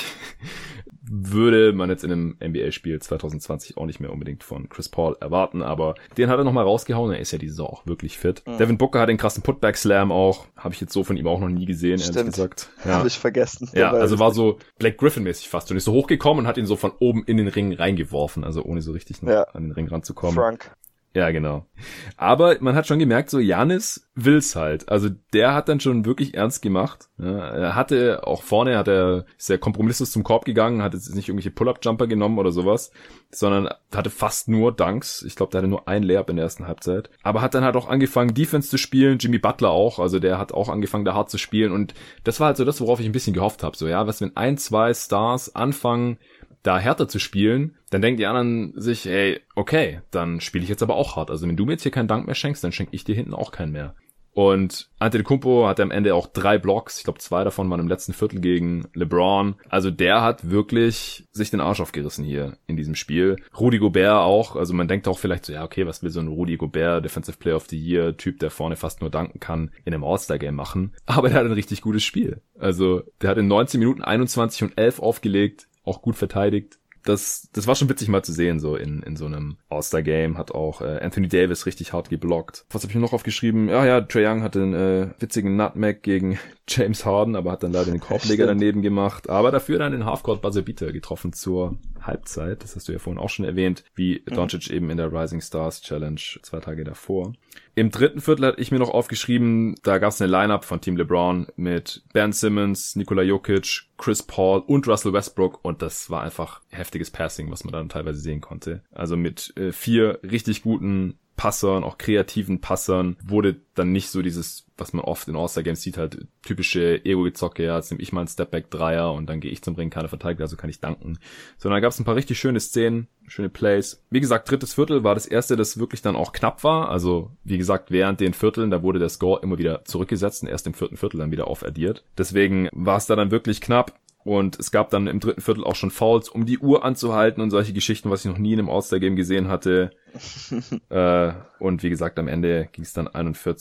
Würde man jetzt in einem NBA-Spiel 2020 auch nicht mehr unbedingt von Chris Paul erwarten, aber den hat er nochmal rausgehauen. Er ist ja die Saison auch wirklich fit. Devin Booker hat den krassen Putback-Slam auch. Habe ich jetzt so von ihm auch noch nie gesehen, ehrlich gesagt. Ja. Habe ich vergessen. Ja, also war so Blake Griffin-mäßig fast. Und ist so hochgekommen und hat ihn so von oben in den Ring reingeworfen. Also ohne so richtig noch an den Ring ranzukommen. Frank. Ja, genau. Aber man hat schon gemerkt, so Giannis will's halt. Also der hat dann schon wirklich ernst gemacht. Ja, er hatte auch vorne, ist er kompromisslos zum Korb gegangen, hat jetzt nicht irgendwelche Pull-Up-Jumper genommen oder sowas, sondern hatte fast nur Dunks. Ich glaube, der hatte nur ein Layup in der ersten Halbzeit. Aber hat dann halt auch angefangen, Defense zu spielen. Jimmy Butler auch. Also der hat auch angefangen, da hart zu spielen. Und das war halt so das, worauf ich ein bisschen gehofft habe. So, ja, was, wenn 1, 2 Stars anfangen, da härter zu spielen, dann denken die anderen sich, hey, okay, dann spiele ich jetzt aber auch hart. Also wenn du mir jetzt hier keinen Dank mehr schenkst, dann schenke ich dir hinten auch keinen mehr. Und Antetokounmpo hatte am Ende auch 3 Blocks. Ich glaube, 2 davon waren im letzten Viertel gegen LeBron. Also der hat wirklich sich den Arsch aufgerissen hier in diesem Spiel. Rudy Gobert auch. Also man denkt auch vielleicht so, ja, okay, was will so ein Rudy Gobert, Defensive Player of the Year, Typ, der vorne fast nur danken kann, in einem All-Star-Game machen. Aber der hat ein richtig gutes Spiel. Also der hat in 19 Minuten 21 und 11 aufgelegt, auch gut verteidigt. Das war schon witzig mal zu sehen, so in so einem All-Star-Game. Hat auch Anthony Davis richtig hart geblockt. Was habe ich noch aufgeschrieben? Ja, Trae Young hatte einen witzigen Nutmeg gegen James Harden, aber hat dann leider den Korbleger daneben gemacht. Aber dafür dann den Halfcourt-Buzzer-Beater getroffen zur Halbzeit. Das hast du ja vorhin auch schon erwähnt, wie Doncic eben in der Rising Stars Challenge 2 Tage davor. Im dritten Viertel hatte ich mir noch aufgeschrieben, da gab es eine Lineup von Team LeBron mit Ben Simmons, Nikola Jokic, Chris Paul und Russell Westbrook und das war einfach heftiges Passing, was man dann teilweise sehen konnte. Also mit 4 richtig guten Passern, auch kreativen Passern, wurde dann nicht so dieses, was man oft in All-Star-Games sieht, halt typische Ego-Gezocke, ja, jetzt nehme ich mal einen Stepback-Dreier und dann gehe ich zum Ring, keiner verteidigt, also kann ich danken. Sondern da gab es ein paar richtig schöne Szenen, schöne Plays. Wie gesagt, drittes Viertel war das erste, das wirklich dann auch knapp war. Also, wie gesagt, während den Vierteln, da wurde der Score immer wieder zurückgesetzt und erst im vierten Viertel dann wieder aufaddiert. Deswegen war es da dann wirklich knapp. Und es gab dann im dritten Viertel auch schon Fouls, um die Uhr anzuhalten und solche Geschichten, was ich noch nie in einem All-Star-Game gesehen hatte. Und wie gesagt, am Ende ging es dann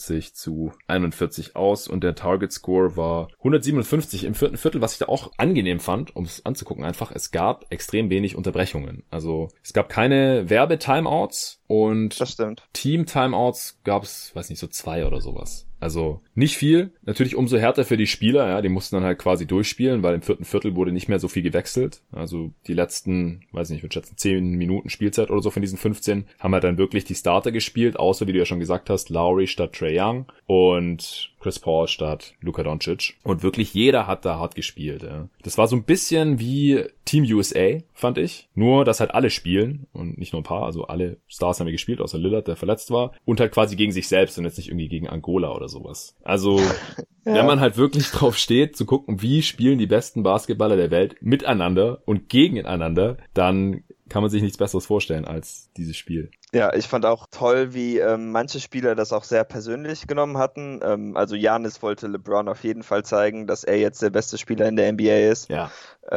41-41 aus und der Target-Score war 157 im vierten Viertel, was ich da auch angenehm fand, um es anzugucken einfach. Es gab extrem wenig Unterbrechungen. Also es gab keine Werbe-Timeouts und Team-Timeouts gab es, weiß nicht, so 2 oder sowas. Also nicht viel, natürlich umso härter für die Spieler, ja, die mussten dann halt quasi durchspielen, weil im vierten Viertel wurde nicht mehr so viel gewechselt. Also die letzten, weiß nicht, ich würde schätzen 10 Minuten Spielzeit oder so von diesen 15 haben halt dann wirklich die Starter gespielt, außer, wie du ja schon gesagt hast, Lowry statt Trae Young und Chris Paul statt Luka Doncic. Und wirklich jeder hat da hart gespielt. Ja. Das war so ein bisschen wie Team USA, fand ich. Nur, dass halt alle spielen und nicht nur ein paar. Also alle Stars haben ja gespielt, außer Lillard, der verletzt war. Und halt quasi gegen sich selbst und jetzt nicht irgendwie gegen Angola oder sowas. Also, wenn man halt wirklich drauf steht, zu gucken, wie spielen die besten Basketballer der Welt miteinander und gegeneinander, dann kann man sich nichts Besseres vorstellen als dieses Spiel. Ja, ich fand auch toll, wie manche Spieler das auch sehr persönlich genommen hatten. Also Giannis wollte LeBron auf jeden Fall zeigen, dass er jetzt der beste Spieler in der NBA ist. Ja.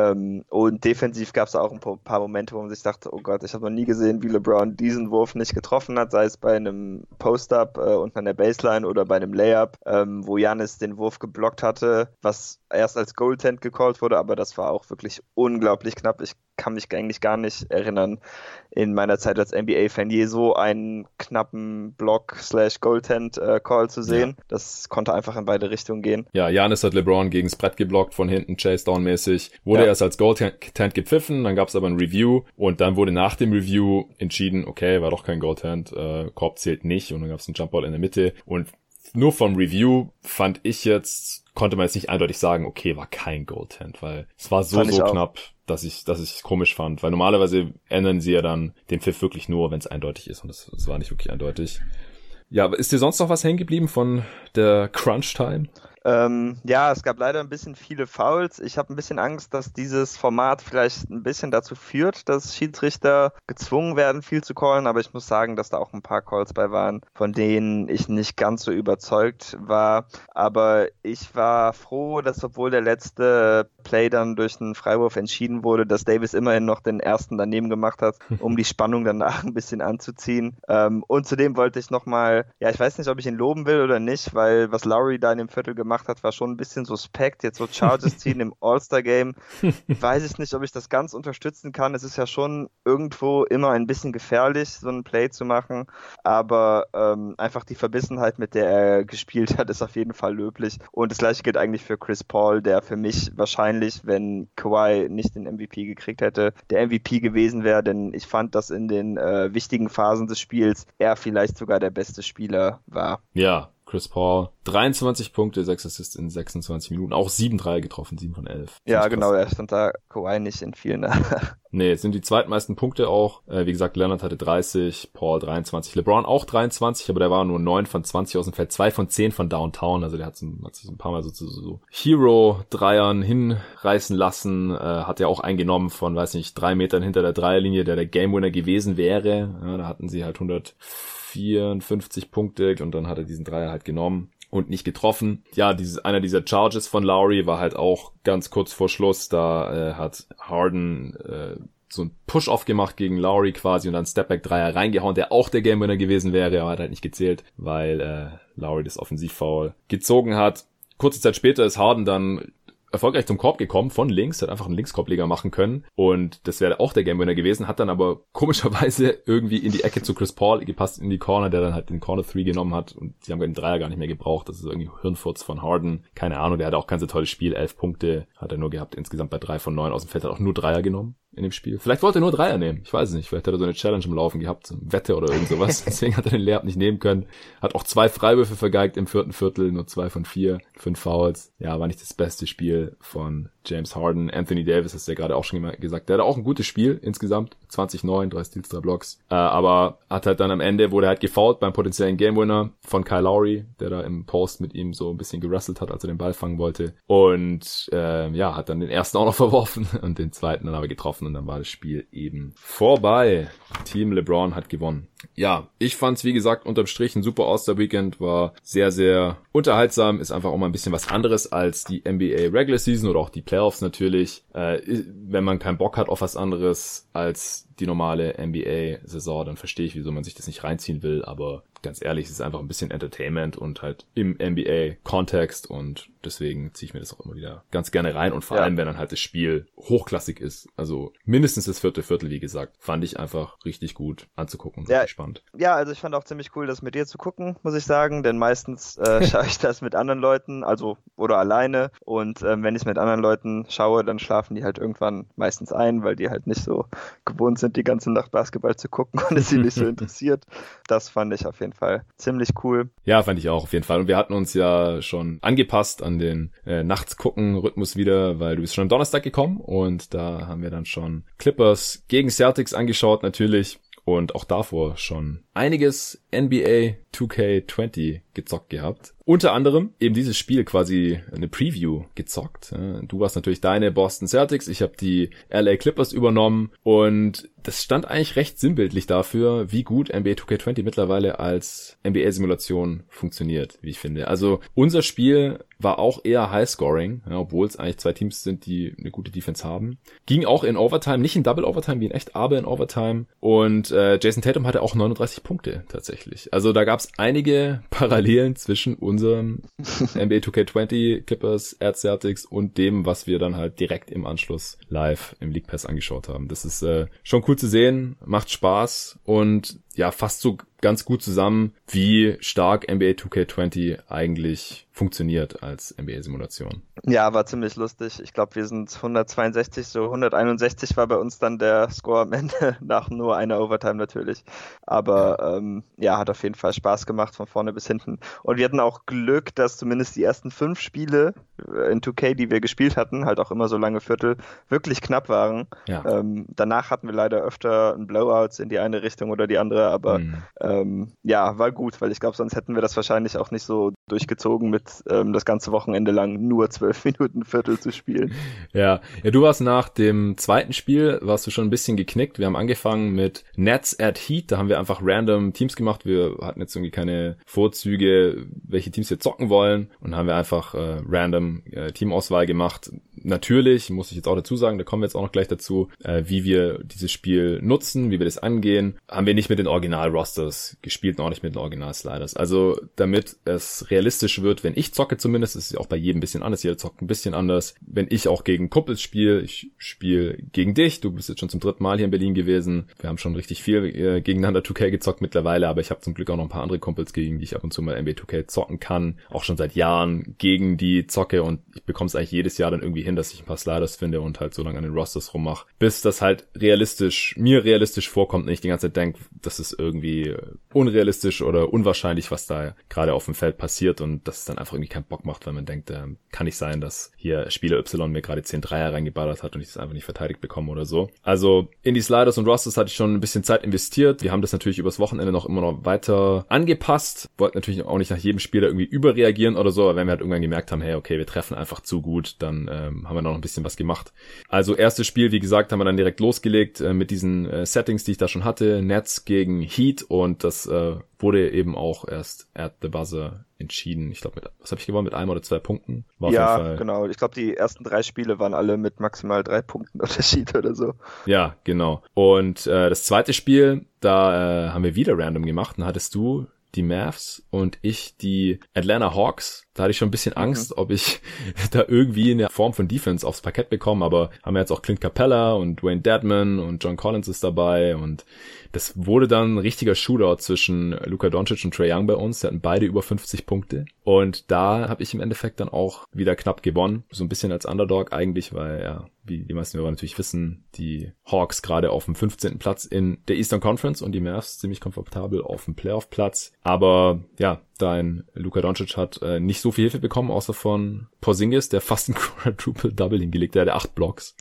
Und defensiv gab es auch ein paar Momente, wo man sich dachte, oh Gott, ich habe noch nie gesehen, wie LeBron diesen Wurf nicht getroffen hat, sei es bei einem Post-Up unten an der Baseline oder bei einem Layup, wo Giannis den Wurf geblockt hatte, was erst als Goaltend gecallt wurde, aber das war auch wirklich unglaublich knapp. Ich kann mich eigentlich gar nicht erinnern, in meiner Zeit als NBA-Fan je so einen knappen Block/Goaltend-Call zu sehen. Ja. Das konnte einfach in beide Richtungen gehen. Ja, Giannis hat LeBron gegens Brett geblockt von hinten, Chase-Down-mäßig. Wurde erst als Goaltend gepfiffen, dann gab es aber ein Review und dann wurde nach dem Review entschieden, okay, war doch kein Goaltend, Korb zählt nicht und dann gab es einen Jumpball in der Mitte und nur vom Review fand ich jetzt, konnte man jetzt nicht eindeutig sagen, okay, war kein Goaltend, weil es war so knapp, dass ich es komisch fand, weil normalerweise ändern sie ja dann den Pfiff wirklich nur, wenn es eindeutig ist und das war nicht wirklich eindeutig. Ja, aber ist dir sonst noch was hängen geblieben von der Crunch-Time? Ja, es gab leider ein bisschen viele Fouls. Ich habe ein bisschen Angst, dass dieses Format vielleicht ein bisschen dazu führt, dass Schiedsrichter gezwungen werden, viel zu callen, aber ich muss sagen, dass da auch ein paar Calls bei waren, von denen ich nicht ganz so überzeugt war. Aber ich war froh, dass obwohl der letzte Play dann durch einen Freiwurf entschieden wurde, dass Davis immerhin noch den ersten daneben gemacht hat, um die Spannung danach ein bisschen anzuziehen. Und zudem wollte ich nochmal, ja, ich weiß nicht, ob ich ihn loben will oder nicht, weil was Lowry da in dem Viertel gemacht hat, war schon ein bisschen suspekt. Jetzt so Charges ziehen im All-Star-Game, weiß ich nicht, ob ich das ganz unterstützen kann. Es ist ja schon irgendwo immer ein bisschen gefährlich, so ein Play zu machen, aber einfach die Verbissenheit, mit der er gespielt hat, ist auf jeden Fall löblich. Und das gleiche gilt eigentlich für Chris Paul, der für mich wahrscheinlich, wenn Kawhi nicht den MVP gekriegt hätte, der MVP gewesen wäre, denn ich fand, dass in den wichtigen Phasen des Spiels er vielleicht sogar der beste Spieler war. Ja, Chris Paul, 23 Punkte, 6 Assists in 26 Minuten, auch 7 Dreier getroffen, 7 von 11. Ja, genau, er stand da Kawhi nicht in vielen. Nee, es sind die zweitmeisten Punkte auch. Wie gesagt, Leonard hatte 30, Paul 23, LeBron auch 23, aber der war nur 9 von 20 aus dem Feld, 2 von 10 von Downtown, also der hat sich ein paar Mal so Hero-Dreiern hinreißen lassen, hat ja auch eingenommen von, 3 Metern hinter der Dreierlinie, der Game-Winner gewesen wäre. Ja, da hatten sie halt 154 Punkte und dann hat er diesen Dreier halt genommen und nicht getroffen. Ja, einer dieser Charges von Lowry war halt auch ganz kurz vor Schluss, da hat Harden so ein Push-Off gemacht gegen Lowry quasi und dann Stepback-Dreier reingehauen, der auch der Game-Winner gewesen wäre, aber hat halt nicht gezählt, weil Lowry das Offensivfoul gezogen hat. Kurze Zeit später ist Harden dann erfolgreich zum Korb gekommen, von links, hat einfach einen Linkskorbleger machen können und das wäre auch der Gamewinner gewesen, hat dann aber komischerweise irgendwie in die Ecke zu Chris Paul gepasst, in die Corner, der dann halt den Corner 3 genommen hat und sie haben den Dreier gar nicht mehr gebraucht, das ist irgendwie Hirnfurz von Harden, keine Ahnung, der hatte auch kein so tolles Spiel, 11 Punkte hat er nur gehabt, insgesamt bei 3 von 9 aus dem Feld, hat auch nur Dreier genommen in dem Spiel. Vielleicht wollte er nur Dreier nehmen, ich weiß es nicht, vielleicht hat er so eine Challenge im Laufen gehabt, so eine Wette oder irgend sowas, deswegen hat er den Layup nicht nehmen können, hat auch 2 Freiwürfe vergeigt im vierten Viertel, nur 2 von 4, 5 Fouls, ja, war nicht das beste Spiel von James Harden. Anthony Davis, hast du ja gerade auch schon gesagt, der hatte auch ein gutes Spiel insgesamt, 20-9, 3 Steals, 3 Blocks, aber hat halt dann am Ende, wurde halt gefoult beim potenziellen Game-Winner von Kyle Lowry, der da im Post mit ihm so ein bisschen gerustelt hat, als er den Ball fangen wollte und ja, hat dann den ersten auch noch verworfen und den zweiten dann aber getroffen und dann war das Spiel eben vorbei. Team LeBron hat gewonnen. Ja, ich fand's, wie gesagt, unterm Strich ein super All-Star-Weekend, war sehr, sehr unterhaltsam, ist einfach auch mal ein bisschen was anderes als die NBA Regular Season oder auch die Playoffs natürlich. Wenn man keinen Bock hat auf was anderes als die normale NBA-Saison, dann verstehe ich, wieso man sich das nicht reinziehen will, aber ganz ehrlich, es ist einfach ein bisschen Entertainment und halt im NBA-Kontext und deswegen ziehe ich mir das auch immer wieder ganz gerne rein und vor allem, wenn dann halt das Spiel hochklassig ist, also mindestens das vierte Viertel, wie gesagt, fand ich einfach richtig gut anzugucken und richtig spannend. Ja, also ich fand auch ziemlich cool, das mit dir zu gucken, muss ich sagen, denn meistens schaue ich das mit anderen Leuten, also oder alleine und wenn ich es mit anderen Leuten schaue, dann schlafen die halt irgendwann meistens ein, weil die halt nicht so gewohnt sind, die ganze Nacht Basketball zu gucken und es sie nicht so interessiert. Das fand ich auf jeden jeden Fall ziemlich cool. Ja, fand ich auch auf jeden Fall. Und wir hatten uns ja schon angepasst an den Nachts-Gucken-Rhythmus wieder, weil du bist schon am Donnerstag gekommen und da haben wir dann schon Clippers gegen Celtics angeschaut natürlich. Und auch davor schon einiges NBA 2K20 gezockt gehabt. Unter anderem eben dieses Spiel quasi eine Preview gezockt. Du hast natürlich deine Boston Celtics, ich habe die LA Clippers übernommen und das stand eigentlich recht sinnbildlich dafür, wie gut NBA 2K20 mittlerweile als NBA-Simulation funktioniert, wie ich finde. Also unser Spiel war auch eher High-Scoring, obwohl es eigentlich zwei Teams sind, die eine gute Defense haben. Ging auch in Overtime, nicht in Double Overtime wie in echt, aber in Overtime. Und Jason Tatum hatte auch 39 Punkte tatsächlich. Also da gab es einige Parallelen zwischen unserem NBA 2K20 Clippers Celtics und dem, was wir dann halt direkt im Anschluss live im League Pass angeschaut haben. Das ist schon cool zu sehen, macht Spaß und ja, fasst so ganz gut zusammen, wie stark NBA 2K20 eigentlich funktioniert als NBA-Simulation. Ja, war ziemlich lustig. Ich glaube, wir sind 162, so 161 war bei uns dann der Score am Ende, nach nur einer Overtime natürlich. Aber ja, hat auf jeden Fall Spaß gemacht von vorne bis hinten. Und wir hatten auch Glück, dass zumindest die ersten 5 Spiele in 2K, die wir gespielt hatten, halt auch immer so lange Viertel, wirklich knapp waren. Ja. Danach hatten wir leider öfter Blowouts in die eine Richtung oder die andere, aber ja, war gut, weil ich glaube, sonst hätten wir das wahrscheinlich auch nicht so durchgezogen mit das ganze Wochenende lang nur 12 Minuten Viertel zu spielen. Ja, du warst nach dem zweiten Spiel, warst du schon ein bisschen geknickt. Wir haben angefangen mit Nets at Heat, da haben wir einfach random Teams gemacht. Wir hatten jetzt irgendwie keine Vorzüge, welche Teams wir zocken wollen und haben wir einfach random Teamauswahl gemacht. Natürlich, muss ich jetzt auch dazu sagen, da kommen wir jetzt auch noch gleich dazu, wie wir dieses Spiel nutzen, wie wir das angehen. Haben wir nicht mit den Original-Rosters gespielt und auch nicht mit den Original-Sliders. Also damit es realistisch wird, wenn ich zocke zumindest, ist es ja auch bei jedem ein bisschen anders, jeder zockt ein bisschen anders. Wenn ich auch gegen Kumpels spiele, ich spiele gegen dich, du bist jetzt schon zum 3. Mal hier in Berlin gewesen. Wir haben schon richtig viel gegeneinander 2K gezockt mittlerweile, aber ich habe zum Glück auch noch ein paar andere Kumpels, gegen die ich ab und zu mal NBA 2K zocken kann. Auch schon seit Jahren gegen die zocke und ich bekomme es eigentlich jedes Jahr dann irgendwie hin, dass ich ein paar Sliders finde und halt so lange an den Rosters rummache, bis das halt mir realistisch vorkommt und ich die ganze Zeit denke, das ist irgendwie unrealistisch oder unwahrscheinlich, was da gerade auf dem Feld passiert und dass es dann einfach irgendwie keinen Bock macht, weil man denkt, kann nicht sein, dass hier Spieler Y mir gerade 10 Dreier reingeballert hat und ich das einfach nicht verteidigt bekomme oder so. Also in die Sliders und Rosters hatte ich schon ein bisschen Zeit investiert. Wir haben das natürlich übers Wochenende noch immer noch weiter angepasst. Wollten natürlich auch nicht nach jedem Spiel da irgendwie überreagieren oder so, aber wenn wir halt irgendwann gemerkt haben, hey, okay, wir treffen einfach zu gut, dann haben wir noch ein bisschen was gemacht. Also erstes Spiel, wie gesagt, haben wir dann direkt losgelegt mit diesen Settings, die ich da schon hatte. Nets gegen Heat und das wurde eben auch erst at the buzzer entschieden. Ich glaube, was habe ich gewonnen? Mit 1 oder 2 Punkten? War ja, auf jeden Fall. Genau. Ich glaube, die ersten 3 Spiele waren alle mit maximal 3 Punkten Unterschied oder so. Ja, genau. Und das zweite Spiel, da haben wir wieder random gemacht. Dann hattest du die Mavs und ich die Atlanta Hawks. Da hatte ich schon ein bisschen Angst, ob ich da irgendwie eine Form von Defense aufs Parkett bekomme, aber haben wir jetzt auch Clint Capella und Dwayne Dedman und John Collins ist dabei und das wurde dann ein richtiger Shootout zwischen Luka Doncic und Trae Young bei uns. Die hatten beide über 50 Punkte und da habe ich im Endeffekt dann auch wieder knapp gewonnen. So ein bisschen als Underdog eigentlich, weil ja, wie die meisten Hörer natürlich wissen, die Hawks gerade auf dem 15. Platz in der Eastern Conference und die Mavs ziemlich komfortabel auf dem Playoff-Platz. Aber ja, dein Luka Doncic hat nicht so viel Hilfe bekommen, außer von Porzingis, der fast ein Quadruple-Double hingelegt hat. Der hatte 8 Blocks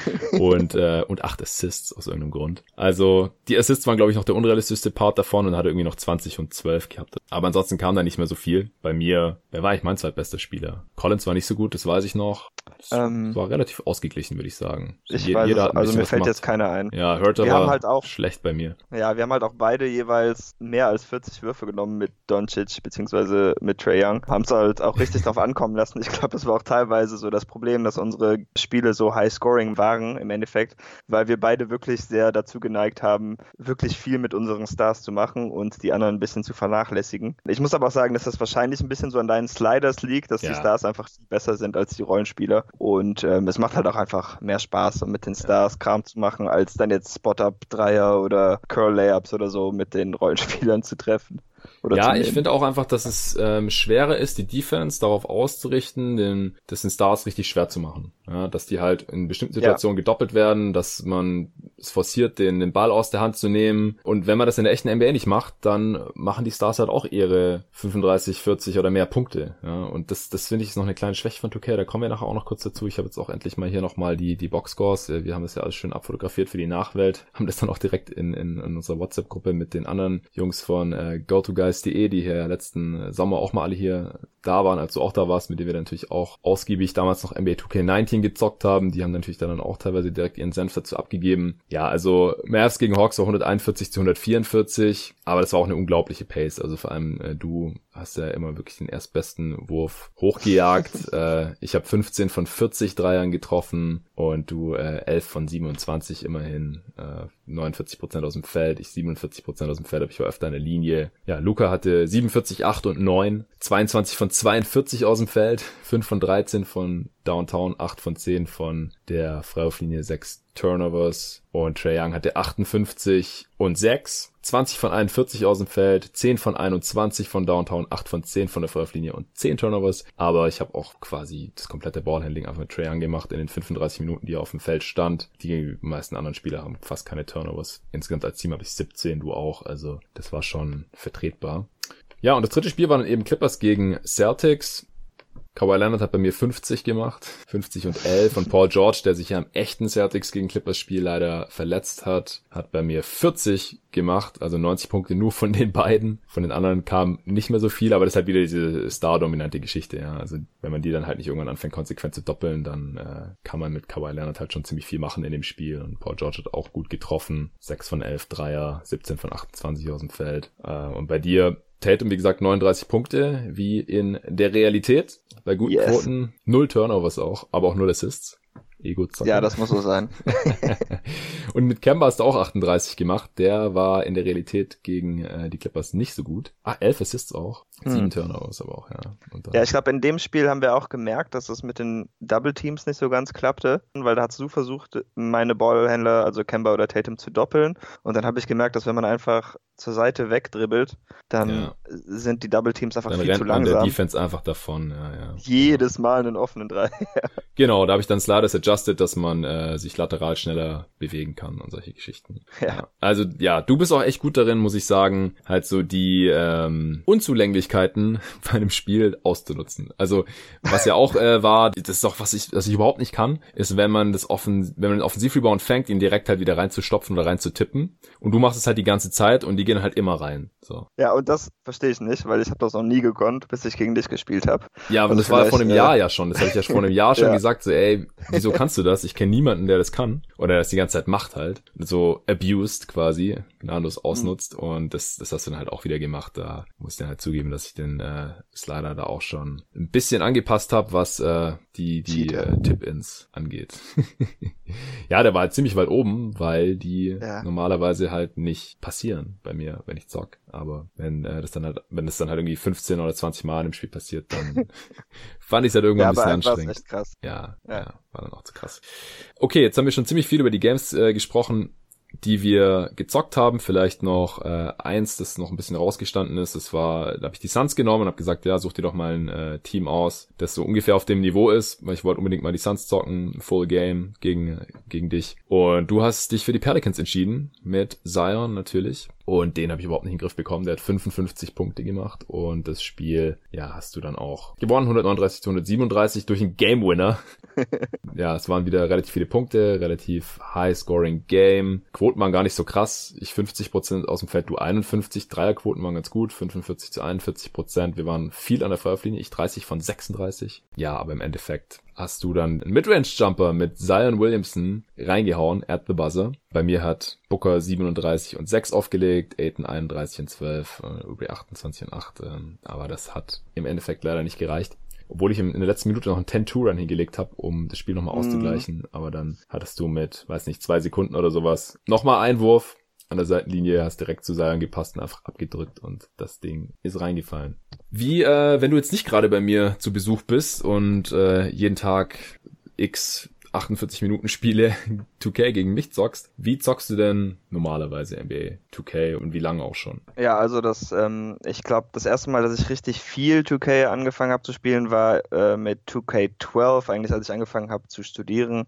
und 8 Assists aus irgendeinem Grund. Also die Assists waren, glaube ich, noch der unrealistischste Part davon und hatte irgendwie noch 20 und 12 gehabt. Aber ansonsten kam da nicht mehr so viel. Bei mir, wer war eigentlich mein zweitbester Spieler? Collins war nicht so gut, das weiß ich noch. Das war relativ ausgeglichen, würde ich sagen. Also mir fällt jetzt keiner ein. Ja, Hurter war halt auch schlecht bei mir. Ja, wir haben halt auch beide jeweils mehr als 40 Würfe genommen mit Doncic beziehungsweise mit Trae Young. Haben es halt auch richtig drauf ankommen lassen. Ich glaube, das war auch teilweise so das Problem, dass unsere Spiele so High-Scoring waren im Endeffekt, weil wir beide wirklich sehr dazu geneigt haben, wirklich viel mit unseren Stars zu machen und die anderen ein bisschen zu vernachlässigen. Ich muss aber auch sagen, dass das wahrscheinlich ein bisschen so an deinen Sliders liegt, dass die Stars einfach besser sind als die Rollenspieler und es macht halt auch einfach mehr Spaß, um mit den Stars Kram zu machen, als dann jetzt Spot-Up-Dreier oder Curl-Layups oder so mit den Rollenspielern zu treffen. Oder ja, ich finde auch einfach, dass es schwerer ist, die Defense darauf auszurichten, das den Stars richtig schwer zu machen. Ja, dass die halt in bestimmten Situationen gedoppelt werden, dass man es forciert, den Ball aus der Hand zu nehmen. Und wenn man das in der echten NBA nicht macht, dann machen die Stars halt auch ihre 35, 40 oder mehr Punkte. Ja, und das finde ich ist noch eine kleine Schwäche von 2K. Da kommen wir nachher auch noch kurz dazu. Ich habe jetzt auch endlich mal hier nochmal die Boxscores. Wir haben das ja alles schön abfotografiert für die Nachwelt. Haben das dann auch direkt in unserer WhatsApp-Gruppe mit den anderen Jungs von GoToGuys.de, die hier letzten Sommer auch mal alle hier da waren, als du auch da warst, mit denen wir dann natürlich auch ausgiebig damals noch NBA 2K19 gezockt haben. Die haben natürlich dann auch teilweise direkt ihren Senf dazu abgegeben. Ja, also Mavs gegen Hawks war 141-144, aber das war auch eine unglaubliche Pace. Also vor allem du hast ja immer wirklich den erstbesten Wurf hochgejagt. Ich habe 15 von 40 Dreiern getroffen und du 11 von 27 immerhin. 49% aus dem Feld, ich 47% aus dem Feld, aber ich war öfter an der Linie. Ja, Luka hatte 47, 8 und 9, 22 von 42 aus dem Feld, 5 von 13 von Downtown, 8 von 10 von der Freiwurflinie, 6 Turnovers und Trae Young hatte 58 und 6, 20 von 41 aus dem Feld, 10 von 21 von Downtown, 8 von 10 von der Freiwurflinie und 10 Turnovers, aber ich habe auch quasi das komplette Ballhandling einfach mit Trae Young gemacht in den 35 Minuten, die er auf dem Feld stand. Die meisten anderen Spieler haben fast keine Turnovers. Insgesamt als Team habe ich 17, du auch, also das war schon vertretbar. Ja, und das dritte Spiel war dann eben Clippers gegen Celtics. Kawhi Leonard hat bei mir 50 gemacht, 50 und 11 und Paul George, der sich ja im echten Celtics gegen Clippers Spiel leider verletzt hat bei mir 40 gemacht, also 90 Punkte nur von den beiden. Von den anderen kam nicht mehr so viel, aber das ist halt wieder diese star-dominante Geschichte, ja. Also wenn man die dann halt nicht irgendwann anfängt konsequent zu doppeln, dann kann man mit Kawhi Leonard halt schon ziemlich viel machen in dem Spiel und Paul George hat auch gut getroffen, 6 von 11 Dreier, 17 von 28 aus dem Feld. Und bei dir Tatum, wie gesagt, 39 Punkte, wie in der Realität. Bei guten Quoten 0 Turnovers auch, aber auch 0 Assists. Ego-Zocker. Ja, das muss so sein. Und mit Kemba hast du auch 38 gemacht. Der war in der Realität gegen die Clippers nicht so gut. 11 Assists auch. 7 Turnovers aber auch, ja. Und ja, ich glaube, in dem Spiel haben wir auch gemerkt, dass es mit den Double Teams nicht so ganz klappte, weil da hast du versucht, meine Ballhändler, also Kemba oder Tatum, zu doppeln. Und dann habe ich gemerkt, dass wenn man einfach zur Seite wegdribbelt, dann sind die Double Teams einfach viel zu langsam. Dann rennt der Defense einfach davon, ja. Jedes Mal einen offenen Dreier. Genau, da habe ich dann Sliders adjusted, dass man sich lateral schneller bewegen kann und solche Geschichten. Ja. Also ja, du bist auch echt gut darin, muss ich sagen, halt so die Unzulänglichkeiten bei einem Spiel auszunutzen. Also was ja auch war, das ist auch was ich überhaupt nicht kann, ist wenn man den Offensivrebound fängt, ihn direkt halt wieder reinzustopfen oder reinzutippen und du machst es halt die ganze Zeit und die gehen halt immer rein. So. Ja, und das verstehe ich nicht, weil ich habe das noch nie gekonnt, bis ich gegen dich gespielt habe. Ja, aber also das war vor einem Jahr ja schon. Das habe ich ja vor einem Jahr schon gesagt, so ey, wieso kannst du das? Ich kenne niemanden, der das kann. Oder der das die ganze Zeit macht halt. So abused quasi, gnadenlos ausnutzt und das hast du dann halt auch wieder gemacht. Da muss ich dann halt zugeben, dass ich den Slider da auch schon ein bisschen angepasst habe, was die Tip-Ins angeht. Ja, der war halt ziemlich weit oben, weil die normalerweise halt nicht passieren bei mir, wenn ich zock. Aber wenn das dann halt irgendwie 15 oder 20 Mal im Spiel passiert, dann fand ich es halt irgendwann ein bisschen anstrengend. Echt krass. Ja, war dann auch zu krass. Okay, jetzt haben wir schon ziemlich viel über die Games gesprochen, die wir gezockt haben. Vielleicht noch eins, das noch ein bisschen rausgestanden ist. Da habe ich die Suns genommen und habe gesagt, ja, such dir doch mal ein Team aus, das so ungefähr auf dem Niveau ist, weil ich wollte unbedingt mal die Suns zocken, Full Game gegen dich. Und du hast dich für die Pelicans entschieden, mit Zion natürlich. Und den habe ich überhaupt nicht in den Griff bekommen. Der hat 55 Punkte gemacht und das Spiel, ja, hast du dann auch gewonnen, 139-137 durch einen Game Winner. Ja, es waren wieder relativ viele Punkte, relativ High-Scoring Game. Quoten waren gar nicht so krass. Ich 50% aus dem Feld, du 51. Dreierquoten waren ganz gut, 45-41%. Wir waren viel an der Freiwurflinie, ich 30 von 36. Ja, aber im Endeffekt hast du dann einen Midrange-Jumper mit Zion Williamson reingehauen, at the buzzer. Bei mir hat Booker 37 und 6 aufgelegt, Ayton 31 und 12, Oubre 28 und 8. Aber das hat im Endeffekt leider nicht gereicht. Obwohl ich in der letzten Minute noch einen 10-2-Run hingelegt habe, um das Spiel nochmal auszugleichen. Aber dann hattest du mit, 2 Sekunden oder sowas, nochmal Einwurf an der Seitenlinie, hast direkt zu Zion gepasst und einfach abgedrückt und das Ding ist reingefallen. Wie, wenn du jetzt nicht gerade bei mir zu Besuch bist und jeden Tag x 48 Minuten Spiele 2K gegen mich zockst. Wie zockst du denn normalerweise NBA 2K und wie lange auch schon? Ja, also ich glaube, das erste Mal, dass ich richtig viel 2K angefangen habe zu spielen, war mit 2K12, eigentlich als ich angefangen habe zu studieren.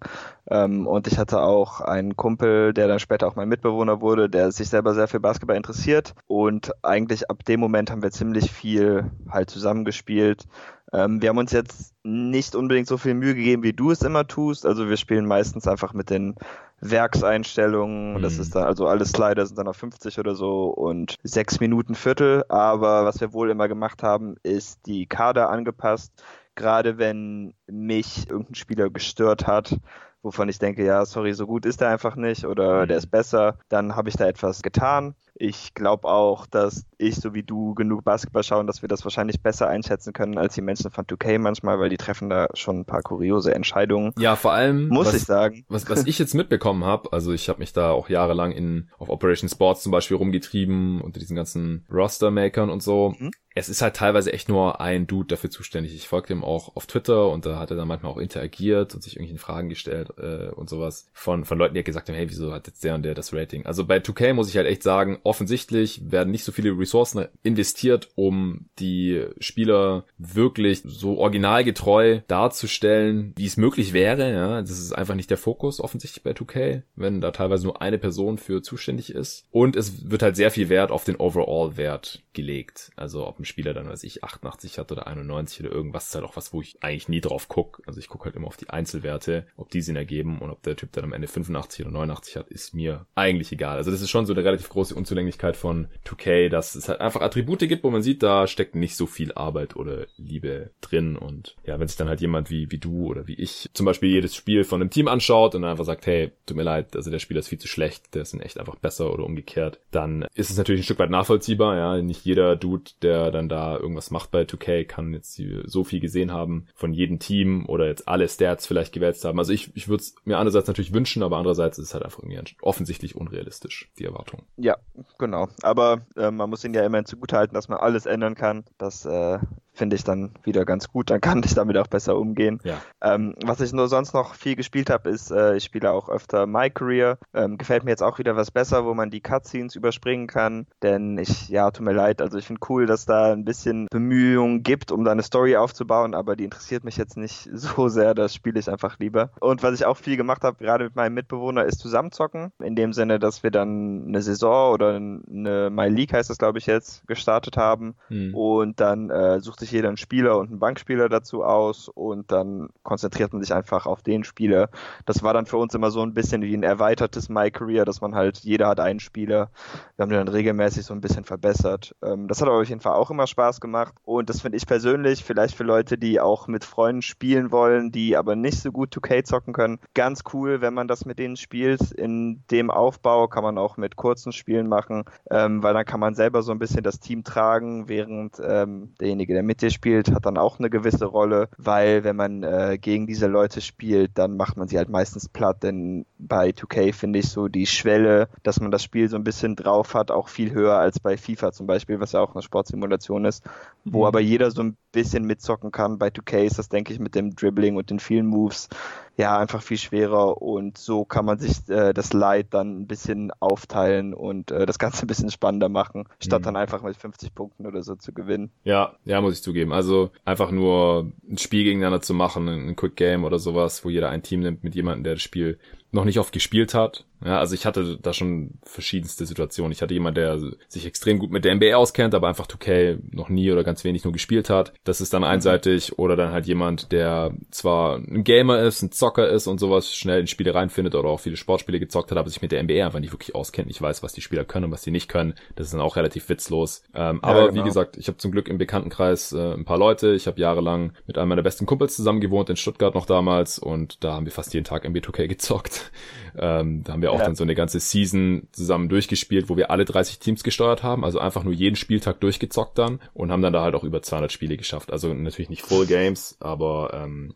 Und ich hatte auch einen Kumpel, der dann später auch mein Mitbewohner wurde, der sich selber sehr für Basketball interessiert. Und eigentlich ab dem Moment haben wir ziemlich viel halt zusammengespielt. Wir haben uns jetzt nicht unbedingt so viel Mühe gegeben, wie du es immer tust. Also wir spielen meistens einfach mit den Werkseinstellungen. Das ist dann, also alle Slider sind dann auf 50 oder so und 6 Minuten Viertel. Aber was wir wohl immer gemacht haben, ist die Kader angepasst. Gerade wenn mich irgendein Spieler gestört hat, wovon ich denke, ja, sorry, so gut ist er einfach nicht oder der ist besser, dann habe ich da etwas getan. Ich glaube auch, dass ich, so wie du, genug Basketball schauen, dass wir das wahrscheinlich besser einschätzen können als die Menschen von 2K manchmal, weil die treffen da schon ein paar kuriose Entscheidungen. Ja, vor allem, muss ich sagen. Was ich jetzt mitbekommen habe, also ich habe mich da auch jahrelang auf Operation Sports zum Beispiel rumgetrieben, unter diesen ganzen Roster-Makern und so. Es ist halt teilweise echt nur ein Dude dafür zuständig. Ich folge dem auch auf Twitter und da hat er dann manchmal auch interagiert und sich irgendwelche Fragen gestellt und sowas von Leuten, die halt gesagt haben, hey, wieso hat jetzt der und der das Rating? Also bei 2K muss ich halt echt sagen, offensichtlich werden nicht so viele Ressourcen investiert, um die Spieler wirklich so originalgetreu darzustellen, wie es möglich wäre. Ja, das ist einfach nicht der Fokus offensichtlich bei 2K, wenn da teilweise nur eine Person für zuständig ist. Und es wird halt sehr viel Wert auf den Overall-Wert gelegt. Also ob ein Spieler dann, 88 hat oder 91 oder irgendwas, ist halt auch was, wo ich eigentlich nie drauf gucke. Also ich gucke halt immer auf die Einzelwerte, ob die Sinn ergeben und ob der Typ dann am Ende 85 oder 89 hat, ist mir eigentlich egal. Also das ist schon so eine relativ große Unzulänglichkeit von 2K, dass es halt einfach Attribute gibt, wo man sieht, da steckt nicht so viel Arbeit oder Liebe drin. Und ja, wenn sich dann halt jemand wie du oder wie ich zum Beispiel jedes Spiel von einem Team anschaut und dann einfach sagt, hey, tut mir leid, also der Spieler ist viel zu schlecht, der ist in echt einfach besser oder umgekehrt, dann ist es natürlich ein Stück weit nachvollziehbar. Ja, nicht jeder Dude, der dann da irgendwas macht bei 2K, kann jetzt so viel gesehen haben von jedem Team oder jetzt alle Stats vielleicht gewälzt haben. Also ich würde es mir einerseits natürlich wünschen, aber andererseits ist es halt einfach irgendwie offensichtlich unrealistisch, die Erwartung. Ja, genau. Aber man muss ihnen ja immerhin zugutehalten, dass man alles ändern kann. Das finde ich dann wieder ganz gut. Dann kann ich damit auch besser umgehen. Ja. Was ich nur sonst noch viel gespielt habe, ist, ich spiele auch öfter My Career. Gefällt mir jetzt auch wieder was besser, wo man die Cutscenes überspringen kann. Denn tut mir leid, also ich finde cool, dass da ein bisschen Bemühungen gibt, um da eine Story aufzubauen, aber die interessiert mich jetzt nicht so sehr, das spiele ich einfach lieber. Und was ich auch viel gemacht habe, gerade mit meinem Mitbewohner, ist zusammenzocken. In dem Sinne, dass wir dann eine Saison oder eine My League heißt das, glaube ich jetzt, gestartet haben. Und dann sucht sich jeder einen Spieler und einen Bankspieler dazu aus und dann konzentriert man sich einfach auf den Spieler. Das war dann für uns immer so ein bisschen wie ein erweitertes My Career, dass man halt, jeder hat einen Spieler. Wir haben den dann regelmäßig so ein bisschen verbessert. Das hat aber auf jeden Fall auch immer Spaß gemacht und das finde ich persönlich, vielleicht für Leute, die auch mit Freunden spielen wollen, die aber nicht so gut 2K zocken können, ganz cool, wenn man das mit denen spielt. In dem Aufbau kann man auch mit kurzen Spielen machen, weil dann kann man selber so ein bisschen das Team tragen, während derjenige, der mit dir spielt, hat dann auch eine gewisse Rolle, weil wenn man gegen diese Leute spielt, dann macht man sie halt meistens platt, denn bei 2K finde ich so die Schwelle, dass man das Spiel so ein bisschen drauf hat, auch viel höher als bei FIFA zum Beispiel, was ja auch eine Sportsimulation ist, wo aber jeder so ein bisschen mitzocken kann. Bei 2K ist das, denke ich, mit dem Dribbling und den vielen Moves einfach viel schwerer und so kann man sich das Leid dann ein bisschen aufteilen und das Ganze ein bisschen spannender machen, statt dann einfach mit 50 Punkten oder so zu gewinnen. Ja, muss ich zugeben. Also einfach nur ein Spiel gegeneinander zu machen, ein Quick Game oder sowas, wo jeder ein Team nimmt mit jemandem, der das Spiel noch nicht oft gespielt hat. Ja, also ich hatte da schon verschiedenste Situationen. Ich hatte jemanden, der sich extrem gut mit der NBA auskennt, aber einfach 2K noch nie oder ganz wenig nur gespielt hat. Das ist dann einseitig. Oder dann halt jemand, der zwar ein Gamer ist, ein Zocker ist und sowas, schnell in Spiele reinfindet oder auch viele Sportspiele gezockt hat, aber sich mit der NBA einfach nicht wirklich auskennt. Ich weiß, was die Spieler können und was die nicht können. Das ist dann auch relativ witzlos. Aber genau. Wie gesagt, ich habe zum Glück im Bekanntenkreis ein paar Leute. Ich habe jahrelang mit einem meiner besten Kumpels zusammen gewohnt, in Stuttgart noch damals. Und da haben wir fast jeden Tag NBA 2K gezockt. Da haben wir auch dann so eine ganze Season zusammen durchgespielt, wo wir alle 30 Teams gesteuert haben, also einfach nur jeden Spieltag durchgezockt dann und haben dann da halt auch über 200 Spiele geschafft. Also natürlich nicht Full Games, aber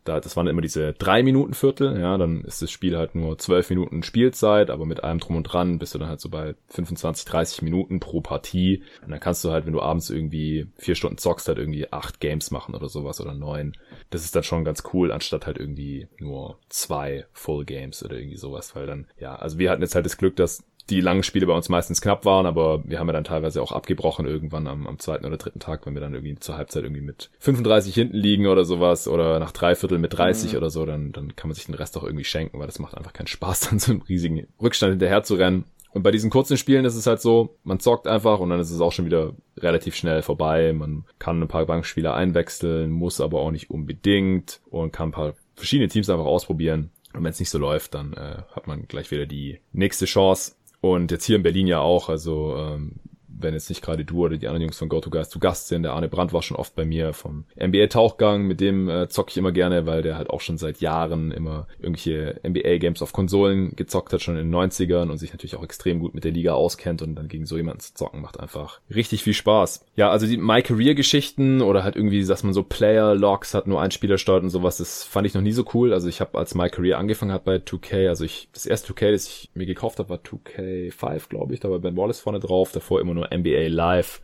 das waren immer diese 3-Minuten-Viertel, ja, dann ist das Spiel halt nur 12 Minuten Spielzeit, aber mit allem drum und dran bist du dann halt so bei 25, 30 Minuten pro Partie. Und dann kannst du halt, wenn du abends irgendwie 4 Stunden zockst, halt irgendwie 8 Games machen oder sowas oder 9. Das ist dann schon ganz cool, anstatt halt irgendwie nur 2 Full Games oder irgendwie sowas, weil dann, ja, also wir hatten jetzt halt das Glück, dass die langen Spiele bei uns meistens knapp waren, aber wir haben ja dann teilweise auch abgebrochen irgendwann am zweiten oder dritten Tag, wenn wir dann irgendwie zur Halbzeit irgendwie mit 35 hinten liegen oder sowas oder nach 3/4 mit 30 oder so, dann kann man sich den Rest auch irgendwie schenken, weil das macht einfach keinen Spaß, dann so einen riesigen Rückstand hinterher zu rennen. Und bei diesen kurzen Spielen ist es halt so, man zockt einfach und dann ist es auch schon wieder relativ schnell vorbei. Man kann ein paar Bankspieler einwechseln, muss aber auch nicht unbedingt und kann ein paar verschiedene Teams einfach ausprobieren. Und wenn es nicht so läuft, dann hat man gleich wieder die nächste Chance. Und jetzt hier in Berlin ja auch, also wenn jetzt nicht gerade du oder die anderen Jungs von GoToGuys zu Gast sind, der Arne Brandt war schon oft bei mir vom NBA-Tauchgang, mit dem zocke ich immer gerne, weil der halt auch schon seit Jahren immer irgendwelche NBA-Games auf Konsolen gezockt hat, schon in den 90ern und sich natürlich auch extrem gut mit der Liga auskennt und dann gegen so jemanden zu zocken macht einfach richtig viel Spaß. Ja, also die My-Career-Geschichten oder halt irgendwie, dass man so Player-Logs hat, nur ein Spieler steuert und sowas, das fand ich noch nie so cool. Also ich habe als My-Career angefangen hat bei 2K, also das erste 2K, das ich mir gekauft habe, war 2K5, glaube ich, da war Ben Wallace vorne drauf, davor immer nur NBA Live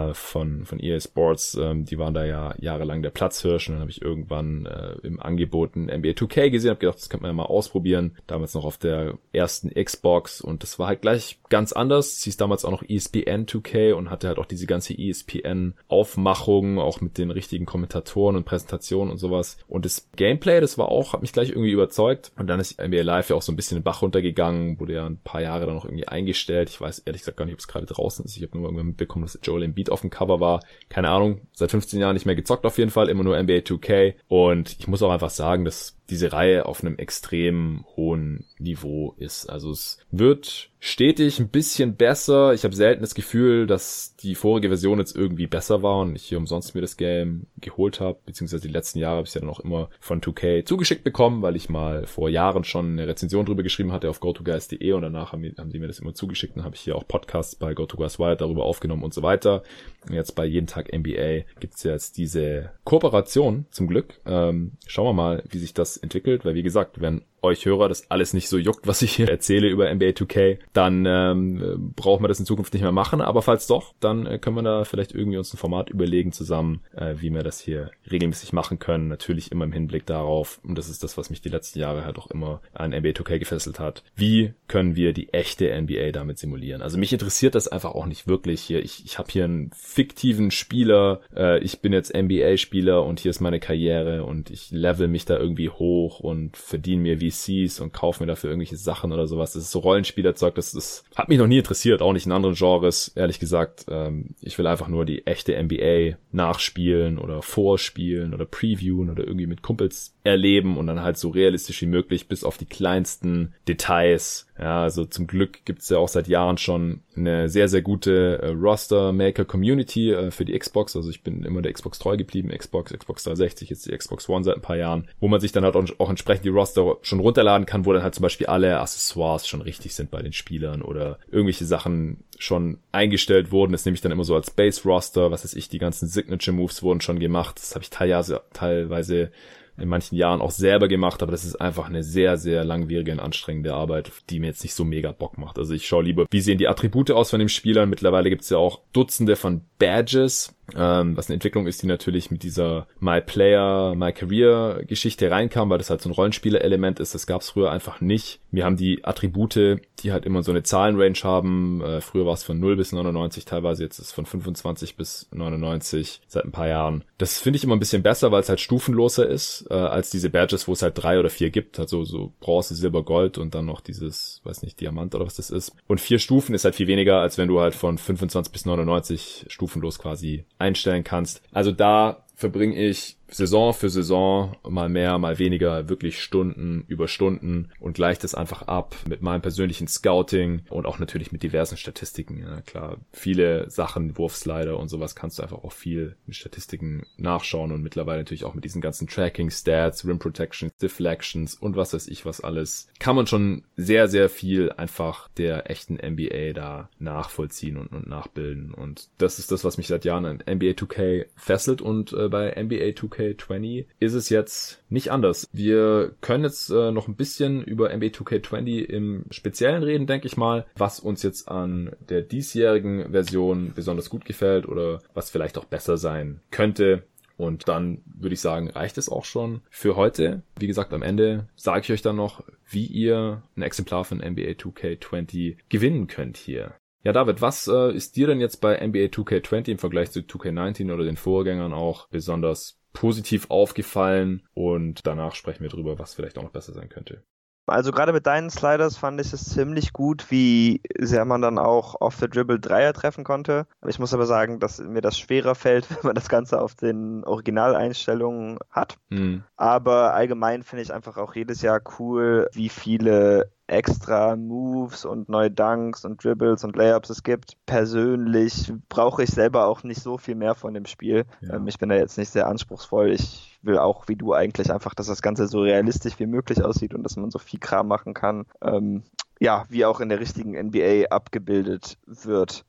von EA Sports, die waren da ja jahrelang der Platzhirsch und dann habe ich irgendwann im Angebot ein NBA 2K gesehen, habe gedacht, das könnte man ja mal ausprobieren, damals noch auf der ersten Xbox und das war halt gleich ganz anders, es hieß damals auch noch ESPN 2K und hatte halt auch diese ganze ESPN-Aufmachung, auch mit den richtigen Kommentatoren und Präsentationen und sowas und das Gameplay, das war auch, hat mich gleich irgendwie überzeugt und dann ist NBA Live ja auch so ein bisschen den Bach runtergegangen, wurde ja ein paar Jahre dann noch irgendwie eingestellt, ich weiß ehrlich gesagt gar nicht, ob es gerade draußen ist, ich habe nur irgendwann mitbekommen, dass Joel Embiid auf dem Cover war. Keine Ahnung, seit 15 Jahren nicht mehr gezockt auf jeden Fall, immer nur NBA 2K. Und ich muss auch einfach sagen, dass diese Reihe auf einem extrem hohen Niveau ist. Also es wird stetig ein bisschen besser. Ich habe selten das Gefühl, dass die vorige Version jetzt irgendwie besser war und ich hier umsonst mir das Game geholt habe, beziehungsweise die letzten Jahre habe ich es ja dann auch immer von 2K zugeschickt bekommen, weil ich mal vor Jahren schon eine Rezension drüber geschrieben hatte auf gotoguys.de und danach haben die mir das immer zugeschickt und habe ich hier auch Podcasts bei GoToGuys Wired darüber aufgenommen und so weiter. Und jetzt bei Jeden Tag NBA gibt's ja jetzt diese Kooperation zum Glück. Schauen wir mal, wie sich das entwickelt, weil wie gesagt, wenn euch Hörer das alles nicht so juckt, was ich hier erzähle über NBA 2K, dann brauchen wir das in Zukunft nicht mehr machen, aber falls doch, dann können wir da vielleicht irgendwie uns ein Format überlegen zusammen, wie wir das hier regelmäßig machen können, natürlich immer im Hinblick darauf, und das ist das, was mich die letzten Jahre halt auch immer an NBA 2K gefesselt hat, wie können wir die echte NBA damit simulieren? Also mich interessiert das einfach auch nicht wirklich hier, ich habe hier einen fiktiven Spieler, ich bin jetzt NBA-Spieler und hier ist meine Karriere und ich level mich da irgendwie hoch und verdiene mir VCs und kaufe mir dafür irgendwelche Sachen oder sowas. Das ist so Rollenspielerzeug, das hat mich noch nie interessiert, auch nicht in anderen Genres, ehrlich gesagt. Ich will einfach nur die echte NBA nachspielen oder vorspielen oder previewen oder irgendwie mit Kumpels erleben und dann halt so realistisch wie möglich bis auf die kleinsten Details. Ja, also zum Glück gibt's ja auch seit Jahren schon eine sehr, sehr gute Roster-Maker-Community für die Xbox. Also ich bin immer der Xbox treu geblieben. Xbox 360, jetzt die Xbox One seit ein paar Jahren, wo man sich dann halt auch entsprechend die Roster schon runterladen kann, wo dann halt zum Beispiel alle Accessoires schon richtig sind bei den Spielern oder irgendwelche Sachen schon eingestellt wurden. Das nehme ich dann immer so als Base-Roster. Was weiß ich, die ganzen Signature-Moves wurden schon gemacht. Das habe ich teilweise in manchen Jahren auch selber gemacht, aber das ist einfach eine sehr, sehr langwierige und anstrengende Arbeit, die mir jetzt nicht so mega Bock macht. Also ich schaue lieber, wie sehen die Attribute aus von dem Spieler. Mittlerweile gibt es ja auch Dutzende von Badges, was eine Entwicklung ist, die natürlich mit dieser My Player, My Career Geschichte reinkam, weil das halt so ein Rollenspieler-Element ist. Das gab es früher einfach nicht. Wir haben die Attribute, die halt immer so eine Zahlenrange haben. Früher war es von 0 bis 99 teilweise, jetzt ist es von 25 bis 99 seit ein paar Jahren. Das finde ich immer ein bisschen besser, weil es halt stufenloser ist als diese Badges, wo es halt 3 oder 4 gibt. Also so Bronze, Silber, Gold und dann noch dieses, weiß nicht, Diamant oder was das ist. Und 4 Stufen ist halt viel weniger, als wenn du halt von 25 bis 99 stufenlos quasi einstellen kannst. Also da verbringe ich Saison für Saison mal mehr, mal weniger, wirklich Stunden über Stunden und gleiche das einfach ab mit meinem persönlichen Scouting und auch natürlich mit diversen Statistiken. Ja, klar, viele Sachen, Wurfslider und sowas kannst du einfach auch viel mit Statistiken nachschauen und mittlerweile natürlich auch mit diesen ganzen Tracking-Stats, Rim Protection, Deflections und was weiß ich was alles, kann man schon sehr, sehr viel einfach der echten NBA da nachvollziehen und nachbilden und das ist das, was mich seit Jahren an NBA 2K fesselt und bei NBA 2K 2K20 ist es jetzt nicht anders. Wir können jetzt noch ein bisschen über NBA 2K20 im Speziellen reden, denke ich mal, was uns jetzt an der diesjährigen Version besonders gut gefällt oder was vielleicht auch besser sein könnte. Und dann würde ich sagen, reicht es auch schon für heute. Wie gesagt, am Ende sage ich euch dann noch, wie ihr ein Exemplar von NBA 2K20 gewinnen könnt hier. Ja, David, was ist dir denn jetzt bei NBA 2K20 im Vergleich zu 2K19 oder den Vorgängern auch besonders positiv aufgefallen? Und danach sprechen wir drüber, was vielleicht auch noch besser sein könnte. Also gerade mit deinen Sliders fand ich es ziemlich gut, wie sehr man dann auch off the dribble Dreier treffen konnte. Ich muss aber sagen, dass mir das schwerer fällt, wenn man das Ganze auf den Originaleinstellungen hat. Aber allgemein finde ich einfach auch jedes Jahr cool, wie viele extra Moves und neue Dunks und Dribbles und Layups es gibt. Persönlich brauche ich selber auch nicht so viel mehr von dem Spiel. Ja. Ich bin da jetzt nicht sehr anspruchsvoll. Ich will auch, wie du eigentlich, einfach, dass das Ganze so realistisch wie möglich aussieht und dass man so viel Kram machen kann. Ja, wie auch in der richtigen NBA abgebildet wird.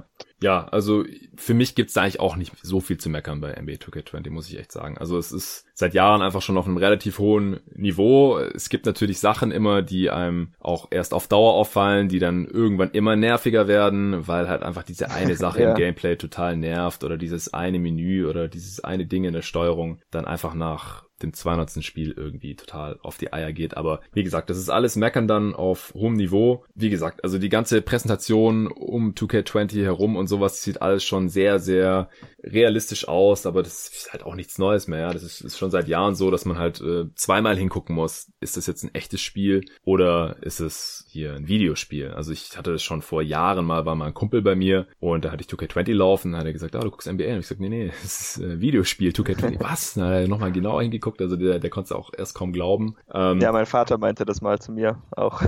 Ja, also für mich gibt's da eigentlich auch nicht so viel zu meckern bei NBA 2K20, muss ich echt sagen. Also es ist seit Jahren einfach schon auf einem relativ hohen Niveau. Es gibt natürlich Sachen immer, die einem auch erst auf Dauer auffallen, die dann irgendwann immer nerviger werden, weil halt einfach diese eine Sache im Gameplay total nervt oder dieses eine Menü oder dieses eine Ding in der Steuerung dann einfach nach dem 200. Spiel irgendwie total auf die Eier geht. Aber wie gesagt, das ist alles Meckern dann auf hohem Niveau. Wie gesagt, also die ganze Präsentation um 2K20 herum und sowas sieht alles schon sehr, sehr realistisch aus, aber das ist halt auch nichts Neues mehr. Ja. Das ist schon seit Jahren so, dass man halt zweimal hingucken muss. Ist das jetzt ein echtes Spiel oder ist es hier ein Videospiel? Also ich hatte das schon vor Jahren mal, war mal ein Kumpel bei mir und da hatte ich 2K20 laufen, da hat er gesagt, du guckst NBA. Und ich gesagt, nee, das ist ein Videospiel, 2K20. Was? Da hat er nochmal genauer hingeguckt, also der konnte es auch erst kaum glauben. Ja, mein Vater meinte das mal zu mir auch.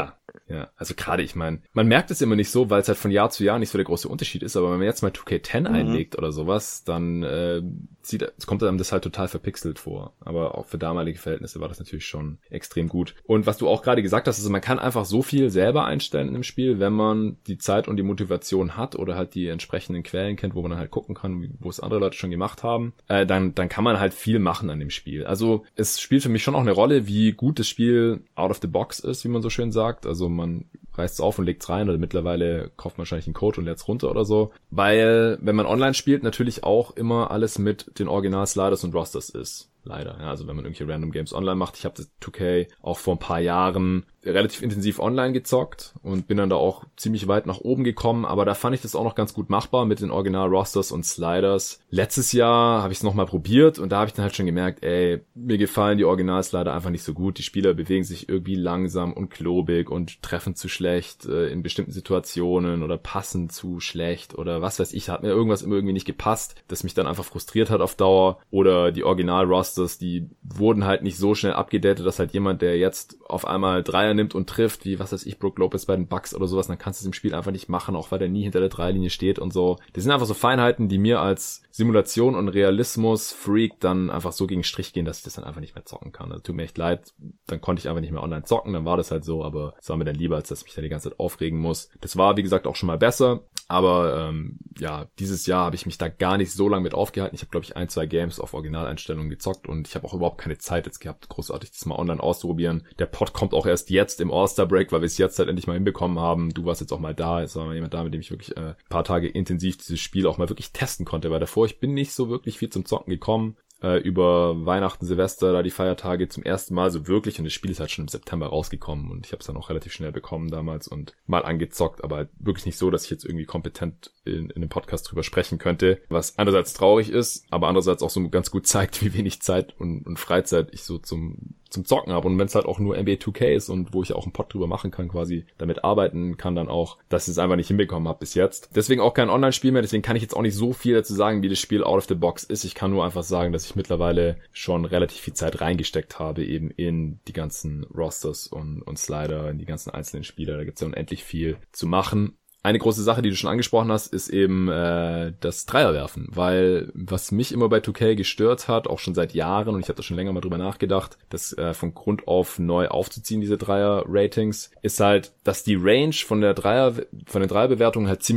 Ja, also gerade, ich meine, man merkt es immer nicht so, weil es halt von Jahr zu Jahr nicht so der große Unterschied ist, aber wenn man jetzt mal 2K10 einlegt oder sowas, dann kommt einem das halt total verpixelt vor. Aber auch für damalige Verhältnisse war das natürlich schon extrem gut. Und was du auch gerade gesagt hast, also man kann einfach so viel selber einstellen im Spiel, wenn man die Zeit und die Motivation hat oder halt die entsprechenden Quellen kennt, wo man dann halt gucken kann, wo es andere Leute schon gemacht haben, dann kann man halt viel machen an dem Spiel. Also es spielt für mich schon auch eine Rolle, wie gut das Spiel out of the box ist, wie man so schön sagt. Also man reißt es auf und legt es rein oder mittlerweile kauft man wahrscheinlich einen Code und lädt es runter oder so. Weil, wenn man online spielt, natürlich auch immer alles mit den Original-Sliders und Rosters ist. Leider. Ja, also wenn man irgendwelche Random Games online macht. Ich habe das 2K auch vor ein paar Jahren relativ intensiv online gezockt und bin dann da auch ziemlich weit nach oben gekommen, aber da fand ich das auch noch ganz gut machbar mit den Original-Rosters und Sliders. Letztes Jahr habe ich es nochmal probiert und da habe ich dann halt schon gemerkt, mir gefallen die Original-Slider einfach nicht so gut. Die Spieler bewegen sich irgendwie langsam und klobig und treffen zu schlecht in bestimmten Situationen oder passen zu schlecht oder was weiß ich, hat mir irgendwas immer irgendwie nicht gepasst, das mich dann einfach frustriert hat auf Dauer. Oder die Original-Rosters, die wurden halt nicht so schnell abgedatet, dass halt jemand, der jetzt auf einmal Dreier nimmt und trifft, wie, was weiß ich, Brook Lopez bei den Bucks oder sowas, dann kannst du es im Spiel einfach nicht machen, auch weil der nie hinter der Dreilinie steht und so. Das sind einfach so Feinheiten, die mir als Simulation und Realismus-Freak dann einfach so gegen den Strich gehen, dass ich das dann einfach nicht mehr zocken kann. Also tut mir echt leid, dann konnte ich einfach nicht mehr online zocken, dann war das halt so, aber es war mir dann lieber, als dass ich mich da die ganze Zeit aufregen muss. Das war, wie gesagt, auch schon mal besser, aber dieses Jahr habe ich mich da gar nicht so lange mit aufgehalten. Ich habe, glaube ich, 1-2 Games auf Originaleinstellungen gezockt und ich habe auch überhaupt keine Zeit jetzt gehabt, großartig das mal online auszuprobieren. Der Pod kommt auch erst jetzt im All-Star-Break, weil wir es jetzt halt endlich mal hinbekommen haben. Du warst jetzt auch mal da, es war mal jemand da, mit dem ich wirklich ein paar Tage intensiv dieses Spiel auch mal wirklich testen konnte, weil davor, ich bin nicht so wirklich viel zum Zocken gekommen. Über Weihnachten, Silvester, da die Feiertage zum ersten Mal so wirklich und das Spiel ist halt schon im September rausgekommen und ich habe es dann auch relativ schnell bekommen damals und mal angezockt, aber halt wirklich nicht so, dass ich jetzt irgendwie kompetent in einem Podcast drüber sprechen könnte, was einerseits traurig ist, aber andererseits auch so ganz gut zeigt, wie wenig Zeit und Freizeit ich so zum Zocken habe und wenn es halt auch nur NBA 2K ist und wo ich auch einen Pod drüber machen kann, quasi damit arbeiten kann dann auch, dass ich es einfach nicht hinbekommen habe bis jetzt. Deswegen auch kein Online-Spiel mehr, deswegen kann ich jetzt auch nicht so viel dazu sagen, wie das Spiel out of the box ist. Ich kann nur einfach sagen, dass ich mittlerweile schon relativ viel Zeit reingesteckt habe eben in die ganzen Rosters und Slider, in die ganzen einzelnen Spieler. Da gibt's ja unendlich viel zu machen. Eine große Sache, die du schon angesprochen hast, ist eben das Dreierwerfen, weil was mich immer bei 2K gestört hat, auch schon seit Jahren, und ich habe da schon länger mal drüber nachgedacht, das von Grund auf neu aufzuziehen, diese Dreier-Ratings, ist halt, dass die Range von den Dreierbewertungen halt ziemlich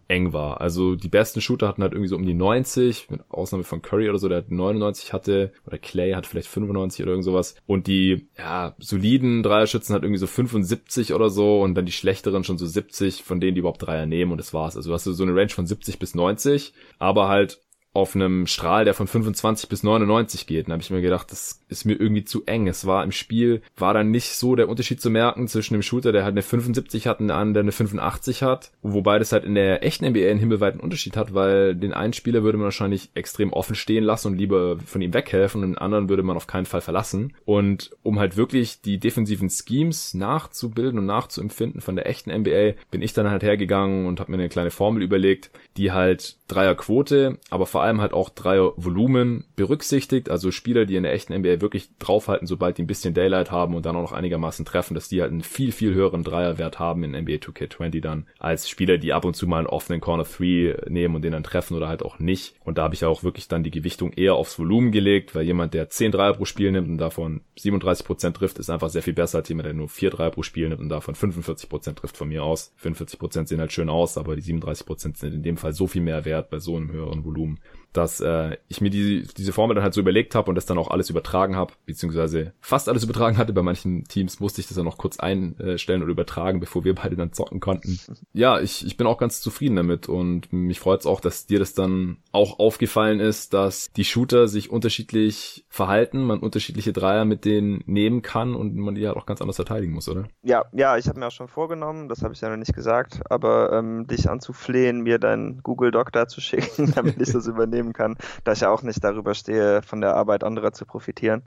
eng war. Also die besten Shooter hatten halt irgendwie so um die 90, mit Ausnahme von Curry oder so, der 99 hatte, oder Clay hat vielleicht 95 oder irgend sowas. Und die, soliden Dreierschützen hat irgendwie so 75 oder so und dann die schlechteren schon so 70, von denen die überhaupt Dreier nehmen und das war's. Also du hast so eine Range von 70 bis 90, aber halt auf einem Strahl, der von 25 bis 99 geht. Und da habe ich mir gedacht, das ist mir irgendwie zu eng. Es war im Spiel, war dann nicht so der Unterschied zu merken zwischen dem Shooter, der halt eine 75 hat und einem, der eine 85 hat. Wobei das halt in der echten NBA einen himmelweiten Unterschied hat, weil den einen Spieler würde man wahrscheinlich extrem offen stehen lassen und lieber von ihm weghelfen und den anderen würde man auf keinen Fall verlassen. Und um halt wirklich die defensiven Schemes nachzubilden und nachzuempfinden von der echten NBA, bin ich dann halt hergegangen und habe mir eine kleine Formel überlegt, die halt Dreierquote, aber vor allem halt auch Dreiervolumen berücksichtigt, also Spieler, die in der echten NBA wirklich draufhalten, sobald die ein bisschen Daylight haben und dann auch noch einigermaßen treffen, dass die halt einen viel, viel höheren Dreierwert haben in NBA 2K20 dann, als Spieler, die ab und zu mal einen offenen Corner 3 nehmen und den dann treffen oder halt auch nicht. Und da habe ich ja auch wirklich dann die Gewichtung eher aufs Volumen gelegt, weil jemand, der 10 Dreier pro Spiel nimmt und davon 37% trifft, ist einfach sehr viel besser als jemand, der nur 4 Dreier pro Spiel nimmt und davon 45% trifft von mir aus. 45% sehen halt schön aus, aber die 37% sind in dem Fall so viel mehr wert bei so einem höheren Volumen, dass ich mir diese Formel dann halt so überlegt habe und das dann auch alles übertragen habe, beziehungsweise fast alles übertragen hatte. Bei manchen Teams musste ich das dann noch kurz einstellen oder übertragen, bevor wir beide dann zocken konnten. Ja, ich bin auch ganz zufrieden damit und mich freut es auch, dass dir das dann auch aufgefallen ist, dass die Shooter sich unterschiedlich verhalten, man unterschiedliche Dreier mit denen nehmen kann und man die halt auch ganz anders verteidigen muss, oder? Ja, ich habe mir auch schon vorgenommen, das habe ich ja noch nicht gesagt, aber dich anzuflehen, mir dein Google Doc da zu schicken, damit ich das übernehmen kann, da ich ja auch nicht darüber stehe, von der Arbeit anderer zu profitieren.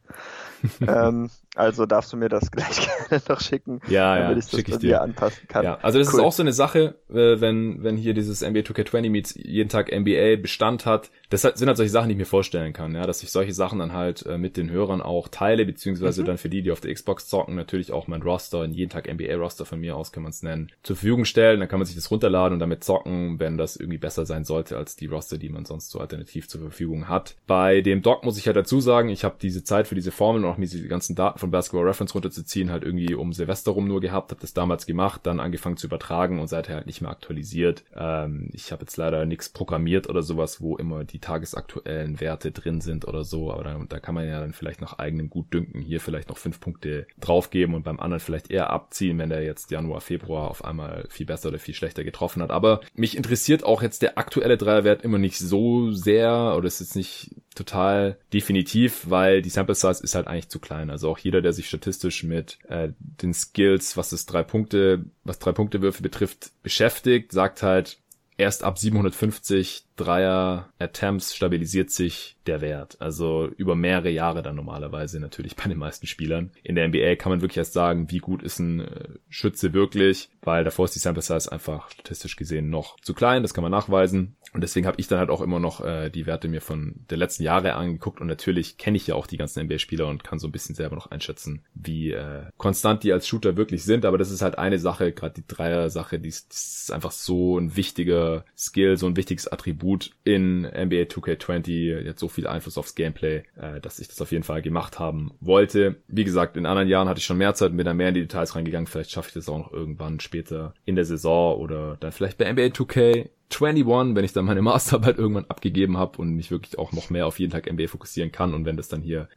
Also darfst du mir das gleich gerne noch schicken, damit ich das bei dir anpassen kann. Ja, also das ist auch so eine Sache, wenn hier dieses NBA 2K20 Meets jeden Tag NBA Bestand hat. Das sind halt solche Sachen, die ich mir vorstellen kann, ja, dass ich solche Sachen dann halt mit den Hörern auch teile, beziehungsweise dann für die auf der Xbox zocken, natürlich auch mein Roster, ein jeden Tag NBA Roster von mir aus kann man es nennen, zur Verfügung stellen. Dann kann man sich das runterladen und damit zocken, wenn das irgendwie besser sein sollte als die Roster, die man sonst so alternativ zur Verfügung hat. Bei dem Doc muss ich halt dazu sagen, ich habe diese Zeit für diese Formeln und auch mir die ganzen Daten von Basketball Reference runterzuziehen, halt irgendwie um Silvester rum nur gehabt, habe das damals gemacht, dann angefangen zu übertragen und seither halt nicht mehr aktualisiert. Ich habe jetzt leider nichts programmiert oder sowas, wo immer die tagesaktuellen Werte drin sind oder so, aber da kann man ja dann vielleicht nach eigenem Gutdünken hier vielleicht noch 5 Punkte draufgeben und beim anderen vielleicht eher abziehen, wenn der jetzt Januar, Februar auf einmal viel besser oder viel schlechter getroffen hat. Aber mich interessiert auch jetzt der aktuelle Dreierwert immer nicht so sehr, oder ist jetzt nicht total definitiv, weil die Sample Size ist halt eigentlich zu klein. Also auch jeder, der sich statistisch mit den Skills, was 3-Punkte-Würfe betrifft, beschäftigt, sagt halt, erst ab 750 Dreier-Attempts stabilisiert sich der Wert. Also über mehrere Jahre dann normalerweise natürlich bei den meisten Spielern. In der NBA kann man wirklich erst sagen, wie gut ist ein Schütze wirklich, weil davor ist die Sample Size einfach statistisch gesehen noch zu klein, das kann man nachweisen. Und deswegen habe ich dann halt auch immer noch die Werte mir von der letzten Jahre angeguckt und natürlich kenne ich ja auch die ganzen NBA-Spieler und kann so ein bisschen selber noch einschätzen, wie konstant die als Shooter wirklich sind. Aber das ist halt eine Sache, gerade die Dreier-Sache, die ist einfach so ein wichtiger Skill, so ein wichtiges Attribut in NBA 2K20, jetzt so viel Einfluss aufs Gameplay, dass ich das auf jeden Fall gemacht haben wollte. Wie gesagt, in anderen Jahren hatte ich schon mehr Zeit und bin da mehr in die Details reingegangen. Vielleicht schaffe ich das auch noch irgendwann später in der Saison oder dann vielleicht bei NBA 2K21, wenn ich dann meine Masterarbeit irgendwann abgegeben habe und mich wirklich auch noch mehr auf jeden Tag NBA fokussieren kann und wenn das dann hier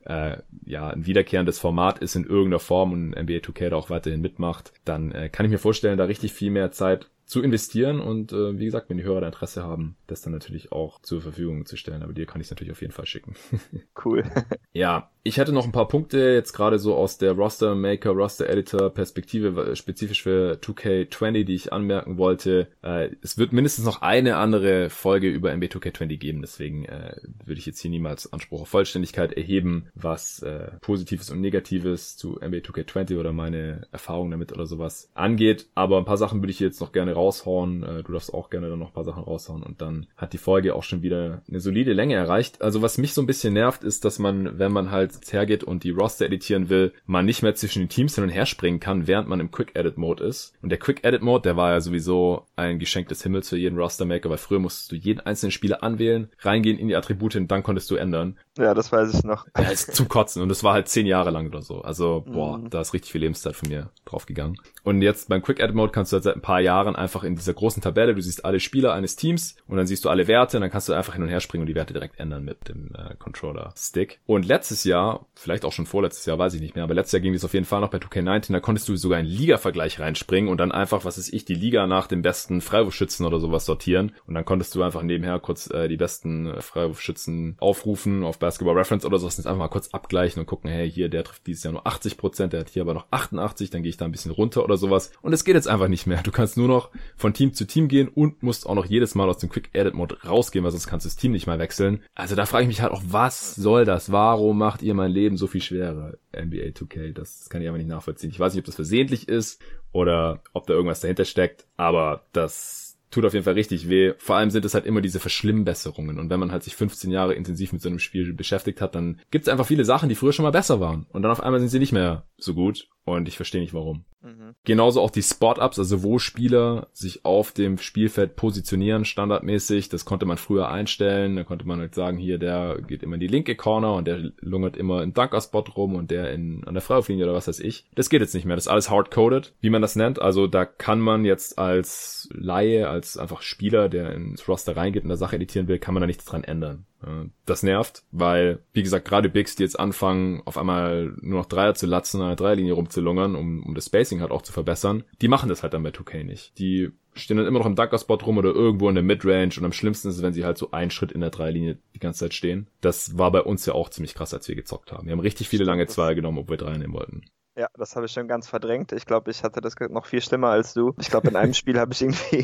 ein wiederkehrendes Format ist in irgendeiner Form und NBA 2K da auch weiterhin mitmacht, dann kann ich mir vorstellen, da richtig viel mehr Zeit zu investieren und wie gesagt, wenn die Hörer da Interesse haben, das dann natürlich auch zur Verfügung zu stellen. Aber dir kann ich es natürlich auf jeden Fall schicken. Cool. Ja, ich hatte noch ein paar Punkte, jetzt gerade so aus der Roster-Maker, Roster-Editor-Perspektive, spezifisch für 2K20, die ich anmerken wollte. Es wird mindestens noch eine andere Folge über NBA 2K20 geben, deswegen würde ich jetzt hier niemals Anspruch auf Vollständigkeit erheben, was Positives und Negatives zu NBA 2K20 oder meine Erfahrungen damit oder sowas angeht. Aber ein paar Sachen würde ich jetzt noch gerne raushauen. Du darfst auch gerne dann noch ein paar Sachen raushauen und dann hat die Folge auch schon wieder eine solide Länge erreicht. Also was mich so ein bisschen nervt, ist, dass man, wenn man halt hergeht und die Roster editieren will, man nicht mehr zwischen den Teams hin und her springen kann, während man im Quick-Edit-Mode ist. Und der Quick-Edit-Mode, der war ja sowieso ein Geschenk des Himmels für jeden Roster-Maker, weil früher musstest du jeden einzelnen Spieler anwählen, reingehen in die Attribute und dann konntest du ändern. Ja, das weiß ich noch. Ja, ist zum Kotzen und das war halt 10 Jahre lang oder so. Also, da ist richtig viel Lebenszeit von mir draufgegangen. Und jetzt beim Quick-Edit-Mode kannst du halt seit ein paar Jahren einfach einfach in dieser großen Tabelle, du siehst alle Spieler eines Teams und dann siehst du alle Werte und dann kannst du einfach hin und her springen und die Werte direkt ändern mit dem Controller-Stick. Und letztes Jahr, vielleicht auch schon vorletztes Jahr, weiß ich nicht mehr, aber letztes Jahr ging das auf jeden Fall noch bei 2K19, da konntest du sogar in Liga-Vergleich reinspringen und dann einfach, was weiß ich, die Liga nach dem besten Freiwurfschützen oder sowas sortieren und dann konntest du einfach nebenher kurz die besten Freiwurfschützen aufrufen auf Basketball Reference oder sowas und einfach mal kurz abgleichen und gucken, hey, hier, der trifft dieses Jahr nur 80%, der hat hier aber noch 88, dann gehe ich da ein bisschen runter oder sowas. Und es geht jetzt einfach nicht mehr. Du kannst nur noch von Team zu Team gehen und musst auch noch jedes Mal aus dem Quick Edit Mode rausgehen, weil sonst kannst du das Team nicht mal wechseln. Also da frage ich mich halt auch, was soll das? Warum macht ihr mein Leben so viel schwerer, NBA 2K? Das kann ich aber nicht nachvollziehen. Ich weiß nicht, ob das versehentlich ist oder ob da irgendwas dahinter steckt, aber das tut auf jeden Fall richtig weh. Vor allem sind es halt immer diese Verschlimmbesserungen. Und wenn man halt sich 15 Jahre intensiv mit so einem Spiel beschäftigt hat, dann gibt es einfach viele Sachen, die früher schon mal besser waren. Und dann auf einmal sind sie nicht mehr so gut. Und ich verstehe nicht, warum. Genauso auch die Spot-Ups, also wo Spieler sich auf dem Spielfeld positionieren, standardmäßig. Das konnte man früher einstellen. Da konnte man halt sagen, hier, der geht immer in die linke Corner und der lungert immer im Dunker-Spot rum und der an der Freiwurflinie oder was weiß ich. Das geht jetzt nicht mehr. Das ist alles hard-coded, wie man das nennt. Also da kann man jetzt als Laie, als einfach Spieler, der ins Roster reingeht und da Sache editieren will, kann man da nichts dran ändern. Das nervt, weil, wie gesagt, gerade Bigs, die jetzt anfangen, auf einmal nur noch Dreier zu latzen, an der Dreierlinie rumzulungern, um das Spacing halt auch zu verbessern, die machen das halt dann bei 2K nicht. Die stehen dann immer noch im Dunker-Spot rum oder irgendwo in der Midrange und am schlimmsten ist es, wenn sie halt so einen Schritt in der Dreierlinie die ganze Zeit stehen. Das war bei uns ja auch ziemlich krass, als wir gezockt haben. Wir haben richtig viele lange Zweier genommen, obwohl wir Dreier nehmen wollten. Ja, das habe ich schon ganz verdrängt. Ich glaube, ich hatte das noch viel schlimmer als du. Ich glaube, in einem Spiel habe ich irgendwie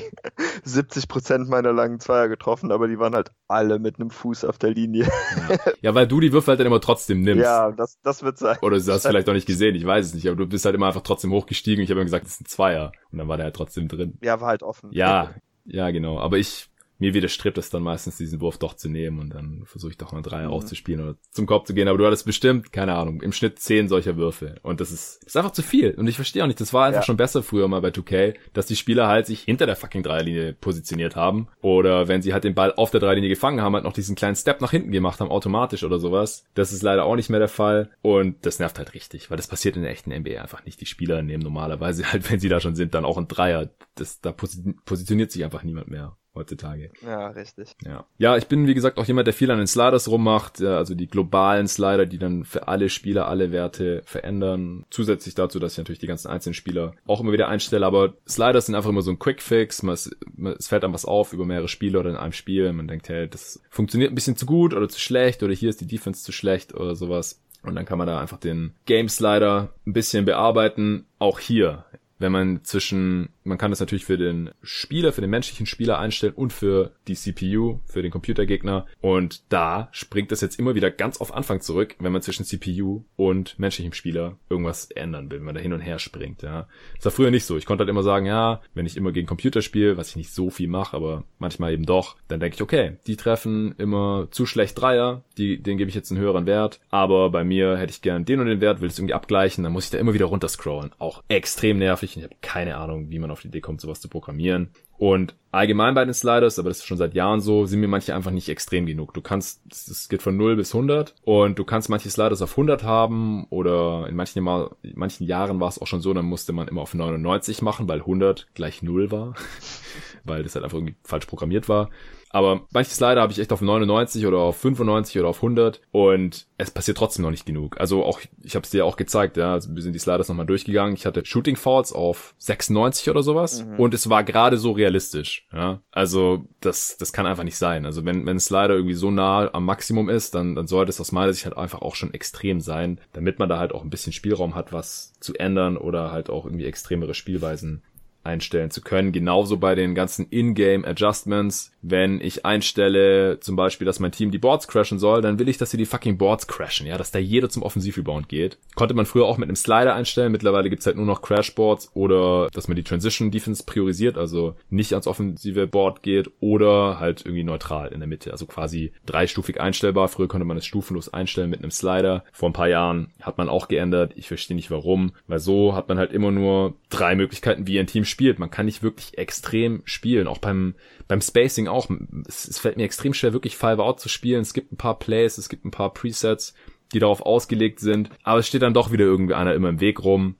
70% meiner langen Zweier getroffen, aber die waren halt alle mit einem Fuß auf der Linie. Ja, weil du die Würfe halt dann immer trotzdem nimmst. Ja, das wird sein. Oder du hast vielleicht auch nicht gesehen, ich weiß es nicht, aber du bist halt immer einfach trotzdem hochgestiegen. Ich habe immer gesagt, das ist ein Zweier. Und dann war der halt trotzdem drin. Ja, war halt offen. Ja, genau. Aber mir widerstrebt es dann meistens, diesen Wurf doch zu nehmen und dann versuche ich doch mal Dreier rauszuspielen oder zum Korb zu gehen. Aber du hattest bestimmt, keine Ahnung, im Schnitt 10 solcher Würfe. Und das ist einfach zu viel. Und ich verstehe auch nicht, das war einfach schon besser früher mal bei 2K, dass die Spieler halt sich hinter der fucking Dreierlinie positioniert haben. Oder wenn sie halt den Ball auf der Dreierlinie gefangen haben, halt noch diesen kleinen Step nach hinten gemacht haben, automatisch oder sowas. Das ist leider auch nicht mehr der Fall. Und das nervt halt richtig, weil das passiert in der echten NBA einfach nicht. Die Spieler nehmen normalerweise halt, wenn sie da schon sind, dann auch einen Dreier. Da positioniert sich einfach niemand mehr heutzutage. Ja, richtig. Ja, ich bin, wie gesagt, auch jemand, der viel an den Sliders rummacht, also die globalen Slider, die dann für alle Spieler alle Werte verändern. Zusätzlich dazu, dass ich natürlich die ganzen einzelnen Spieler auch immer wieder einstelle, aber Sliders sind einfach immer so ein Quick-Fix, es fällt einem was auf über mehrere Spiele oder in einem Spiel, man denkt, hey, das funktioniert ein bisschen zu gut oder zu schlecht oder hier ist die Defense zu schlecht oder sowas. Und dann kann man da einfach den Game-Slider ein bisschen bearbeiten, auch hier. Wenn man kann das natürlich für den Spieler, für den menschlichen Spieler einstellen und für die CPU, für den Computergegner. Und da springt das jetzt immer wieder ganz auf Anfang zurück, wenn man zwischen CPU und menschlichem Spieler irgendwas ändern will, wenn man da hin und her springt, ja. Das war früher nicht so. Ich konnte halt immer sagen, ja, wenn ich immer gegen Computer spiele, was ich nicht so viel mache, aber manchmal eben doch, dann denke ich, okay, die treffen immer zu schlecht Dreier, denen gebe ich jetzt einen höheren Wert, aber bei mir hätte ich gern den und den Wert, will es irgendwie abgleichen, dann muss ich da immer wieder runterscrollen. Auch extrem nervig. Ich habe keine Ahnung, wie man auf die Idee kommt, sowas zu programmieren. Und allgemein bei den Sliders, aber das ist schon seit Jahren so, sind mir manche einfach nicht extrem genug. Das geht von 0 bis 100 und du kannst manche Sliders auf 100 haben oder in manchen Jahren war es auch schon so, dann musste man immer auf 99 machen, weil 100 gleich 0 war, weil das halt einfach irgendwie falsch programmiert war. Aber manche Slider habe ich echt auf 99 oder auf 95 oder auf 100 und es passiert trotzdem noch nicht genug. Also auch, ich habe es dir auch gezeigt, ja, also wir sind die Sliders nochmal durchgegangen. Ich hatte Shooting Fouls auf 96 oder sowas und es war gerade so realistisch, ja. Also das kann einfach nicht sein. Also wenn ein Slider irgendwie so nah am Maximum ist, dann sollte es aus meiner Sicht halt einfach auch schon extrem sein, damit man da halt auch ein bisschen Spielraum hat, was zu ändern oder halt auch irgendwie extremere Spielweisen einstellen zu können. Genauso bei den ganzen In-Game-Adjustments. Wenn ich einstelle, zum Beispiel, dass mein Team die Boards crashen soll, dann will ich, dass sie die fucking Boards crashen, ja, dass da jeder zum Offensiv-Rebound geht. Konnte man früher auch mit einem Slider einstellen. Mittlerweile gibt's halt nur noch Crash-Boards oder, dass man die Transition-Defense priorisiert, also nicht ans offensive Board geht oder halt irgendwie neutral in der Mitte, also quasi dreistufig einstellbar. Früher konnte man es stufenlos einstellen mit einem Slider. Vor ein paar Jahren hat man auch geändert. Ich verstehe nicht warum, weil so hat man halt immer nur 3 Möglichkeiten, wie ein Team spielt. Man kann nicht wirklich extrem spielen, auch beim Spacing auch. Es fällt mir extrem schwer, wirklich 5-Out zu spielen. Es gibt ein paar Plays, es gibt ein paar Presets, die darauf ausgelegt sind, aber es steht dann doch wieder irgendwie einer immer im Weg rum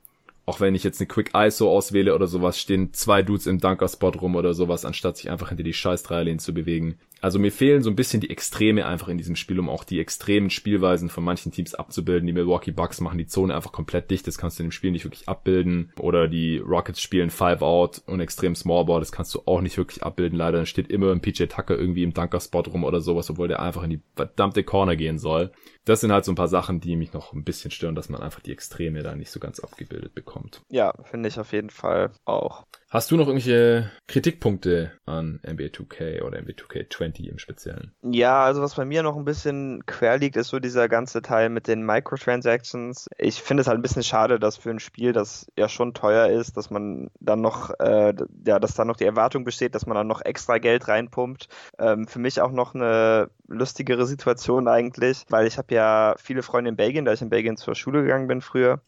auch wenn ich jetzt eine Quick ISO auswähle oder sowas, stehen 2 Dudes im Dunker-Spot rum oder sowas, anstatt sich einfach hinter die scheiß Dreierlinien zu bewegen. Also mir fehlen so ein bisschen die Extreme einfach in diesem Spiel, um auch die extremen Spielweisen von manchen Teams abzubilden. Die Milwaukee Bucks machen die Zone einfach komplett dicht, das kannst du in dem Spiel nicht wirklich abbilden. Oder die Rockets spielen 5-Out und extrem Smallball, das kannst du auch nicht wirklich abbilden. Leider dann steht immer ein PJ Tucker irgendwie im Dunker-Spot rum oder sowas, obwohl der einfach in die verdammte Corner gehen soll. Das sind halt so ein paar Sachen, die mich noch ein bisschen stören, dass man einfach die Extreme da nicht so ganz abgebildet bekommt. Ja, finde ich auf jeden Fall auch. Hast du noch irgendwelche Kritikpunkte an NBA 2K oder NBA 2K20 im Speziellen? Ja, also was bei mir noch ein bisschen quer liegt, ist so dieser ganze Teil mit den Microtransactions. Ich finde es halt ein bisschen schade, dass für ein Spiel, das ja schon teuer ist, dass man dann noch, dass da noch die Erwartung besteht, dass man dann noch extra Geld reinpumpt. Für mich auch noch eine lustigere Situation eigentlich, weil ich habe ja viele Freunde in Belgien, da ich in Belgien zur Schule gegangen bin früher.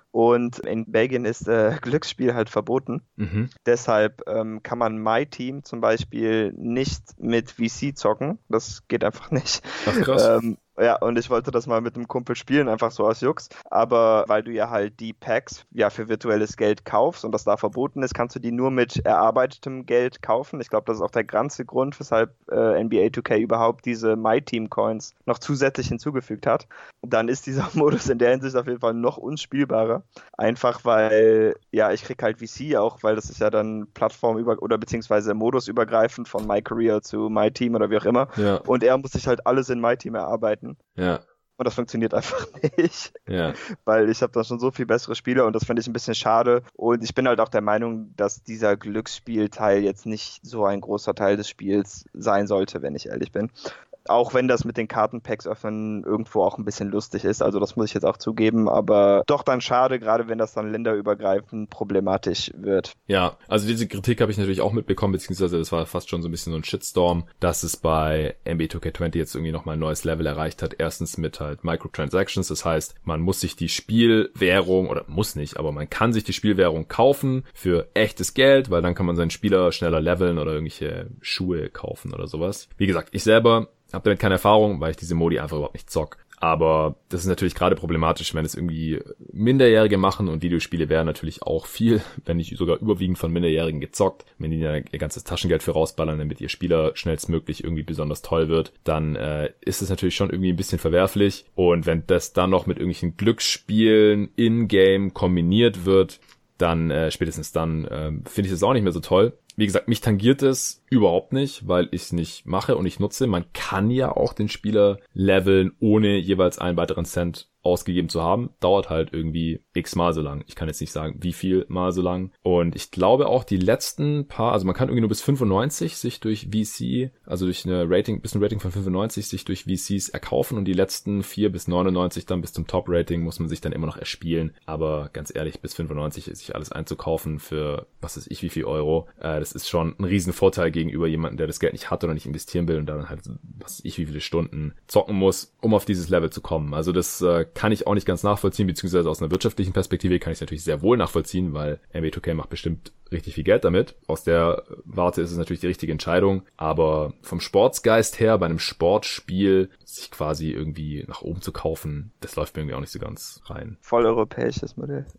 Und in Belgien ist Glücksspiel halt verboten. Deshalb kann man My Team zum Beispiel nicht mit VC zocken. Das geht einfach nicht. Ach, krass. Ja, und ich wollte das mal mit einem Kumpel spielen, einfach so aus Jux. Aber weil du ja halt die Packs ja für virtuelles Geld kaufst und das da verboten ist, kannst du die nur mit erarbeitetem Geld kaufen. Ich glaube, das ist auch der ganze Grund, weshalb NBA 2K überhaupt diese My Team Coins noch zusätzlich hinzugefügt hat. Dann ist dieser Modus in der Hinsicht auf jeden Fall noch unspielbarer. Einfach weil, ja, ich krieg halt VC auch, weil das ist ja dann oder beziehungsweise modusübergreifend von My Career zu My Team oder wie auch immer. Ja. Und er muss sich halt alles in My Team erarbeiten. Ja. Und das funktioniert einfach nicht. Ja. Weil ich habe da schon so viel bessere Spieler und das finde ich ein bisschen schade. Und ich bin halt auch der Meinung, dass dieser Glücksspielteil jetzt nicht so ein großer Teil des Spiels sein sollte, wenn ich ehrlich bin. Auch wenn das mit den Kartenpacks öffnen irgendwo auch ein bisschen lustig ist, also das muss ich jetzt auch zugeben, aber doch dann schade, gerade wenn das dann länderübergreifend problematisch wird. Ja, also diese Kritik habe ich natürlich auch mitbekommen, beziehungsweise das war fast schon so ein bisschen so ein Shitstorm, dass es bei NBA 2K20 jetzt irgendwie nochmal ein neues Level erreicht hat. Erstens mit halt Microtransactions, das heißt, man muss sich die Spielwährung, oder muss nicht, aber man kann sich die Spielwährung kaufen für echtes Geld, weil dann kann man seinen Spieler schneller leveln oder irgendwelche Schuhe kaufen oder sowas. Wie gesagt, ich selber habe damit keine Erfahrung, weil ich diese Modi einfach überhaupt nicht zock. Aber das ist natürlich gerade problematisch, wenn es irgendwie Minderjährige machen, und Videospiele werden natürlich auch viel, wenn nicht sogar überwiegend von Minderjährigen gezockt. Wenn die ihr ganzes Taschengeld für rausballern, damit ihr Spieler schnellstmöglich irgendwie besonders toll wird, dann ist es natürlich schon irgendwie ein bisschen verwerflich. Und wenn das dann noch mit irgendwelchen Glücksspielen in-game kombiniert wird, dann spätestens dann finde ich das auch nicht mehr so toll. Wie gesagt, mich tangiert es überhaupt nicht, weil ich es nicht mache und nicht nutze. Man kann ja auch den Spieler leveln, ohne jeweils einen weiteren Cent ausgegeben zu haben. Dauert halt irgendwie x-mal so lang. Ich kann jetzt nicht sagen, wie viel mal so lang. Und ich glaube auch die letzten paar, also man kann irgendwie nur bis 95 sich durch VC, also durch eine Rating, bis ein Rating von 95 sich durch VCs erkaufen, und die letzten 4 bis 99 dann bis zum Top-Rating muss man sich dann immer noch erspielen. Aber ganz ehrlich, bis 95 ist sich alles einzukaufen für, was weiß ich, wie viel Euro. Das ist schon ein Riesenvorteil gegenüber jemandem, der das Geld nicht hat oder nicht investieren will und dann halt, was weiß ich, wie viele Stunden zocken muss, um auf dieses Level zu kommen. Also das kann ich auch nicht ganz nachvollziehen, beziehungsweise aus einer wirtschaftlichen Perspektive kann ich es natürlich sehr wohl nachvollziehen, weil NBA 2K macht bestimmt richtig viel Geld damit. Aus der Warte ist es natürlich die richtige Entscheidung, aber vom Sportsgeist her, bei einem Sportspiel sich quasi irgendwie nach oben zu kaufen, das läuft mir irgendwie auch nicht so ganz rein. Voll europäisches Modell.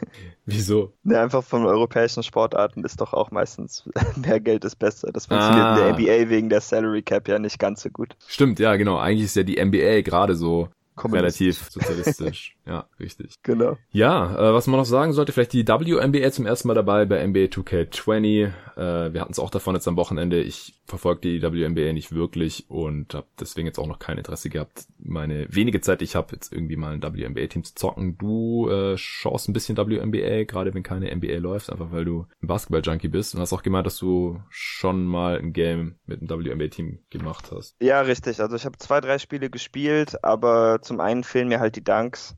Wieso? Ja, einfach von europäischen Sportarten ist doch auch meistens mehr Geld ist besser. Das funktioniert in der NBA wegen der Salary Cap ja nicht ganz so gut. Stimmt, ja, genau. Eigentlich ist ja die NBA gerade so relativ sozialistisch. Ja, richtig. Genau. Ja, was man noch sagen sollte, vielleicht die WNBA zum ersten Mal dabei bei NBA 2K20. Wir hatten es auch davon jetzt am Wochenende. Ich verfolge die WNBA nicht wirklich und habe deswegen jetzt auch noch kein Interesse gehabt, meine wenige Zeit, die ich habe, jetzt irgendwie mal ein WNBA-Team zu zocken. Du schaust ein bisschen WNBA, gerade wenn keine NBA läuft, einfach weil du ein Basketball-Junkie bist, und hast auch gemeint, dass du schon mal ein Game mit einem WNBA-Team gemacht hast. Ja, richtig. Also ich habe 2-3 Spiele gespielt, aber zum einen fehlen mir halt die Dunks.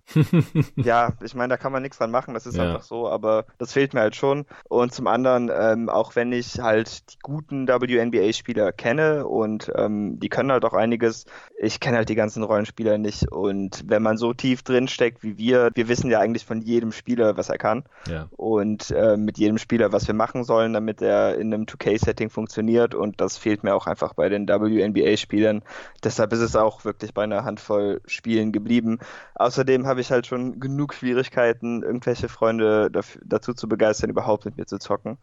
Ja, ich meine, da kann man nichts dran machen, das ist einfach so, aber das fehlt mir halt schon. Und zum anderen, auch wenn ich halt die guten WNBA-Spieler kenne und die können halt auch einiges, ich kenne halt die ganzen Rollenspieler nicht, und wenn man so tief drin steckt wie wir wissen ja eigentlich von jedem Spieler, was er kann, und mit jedem Spieler, was wir machen sollen, damit er in einem 2K-Setting funktioniert, und das fehlt mir auch einfach bei den WNBA-Spielern. Deshalb ist es auch wirklich bei einer Handvoll Spielen geblieben. Außerdem habe ich ich halt schon genug Schwierigkeiten, irgendwelche Freunde dazu zu begeistern, überhaupt mit mir zu zocken.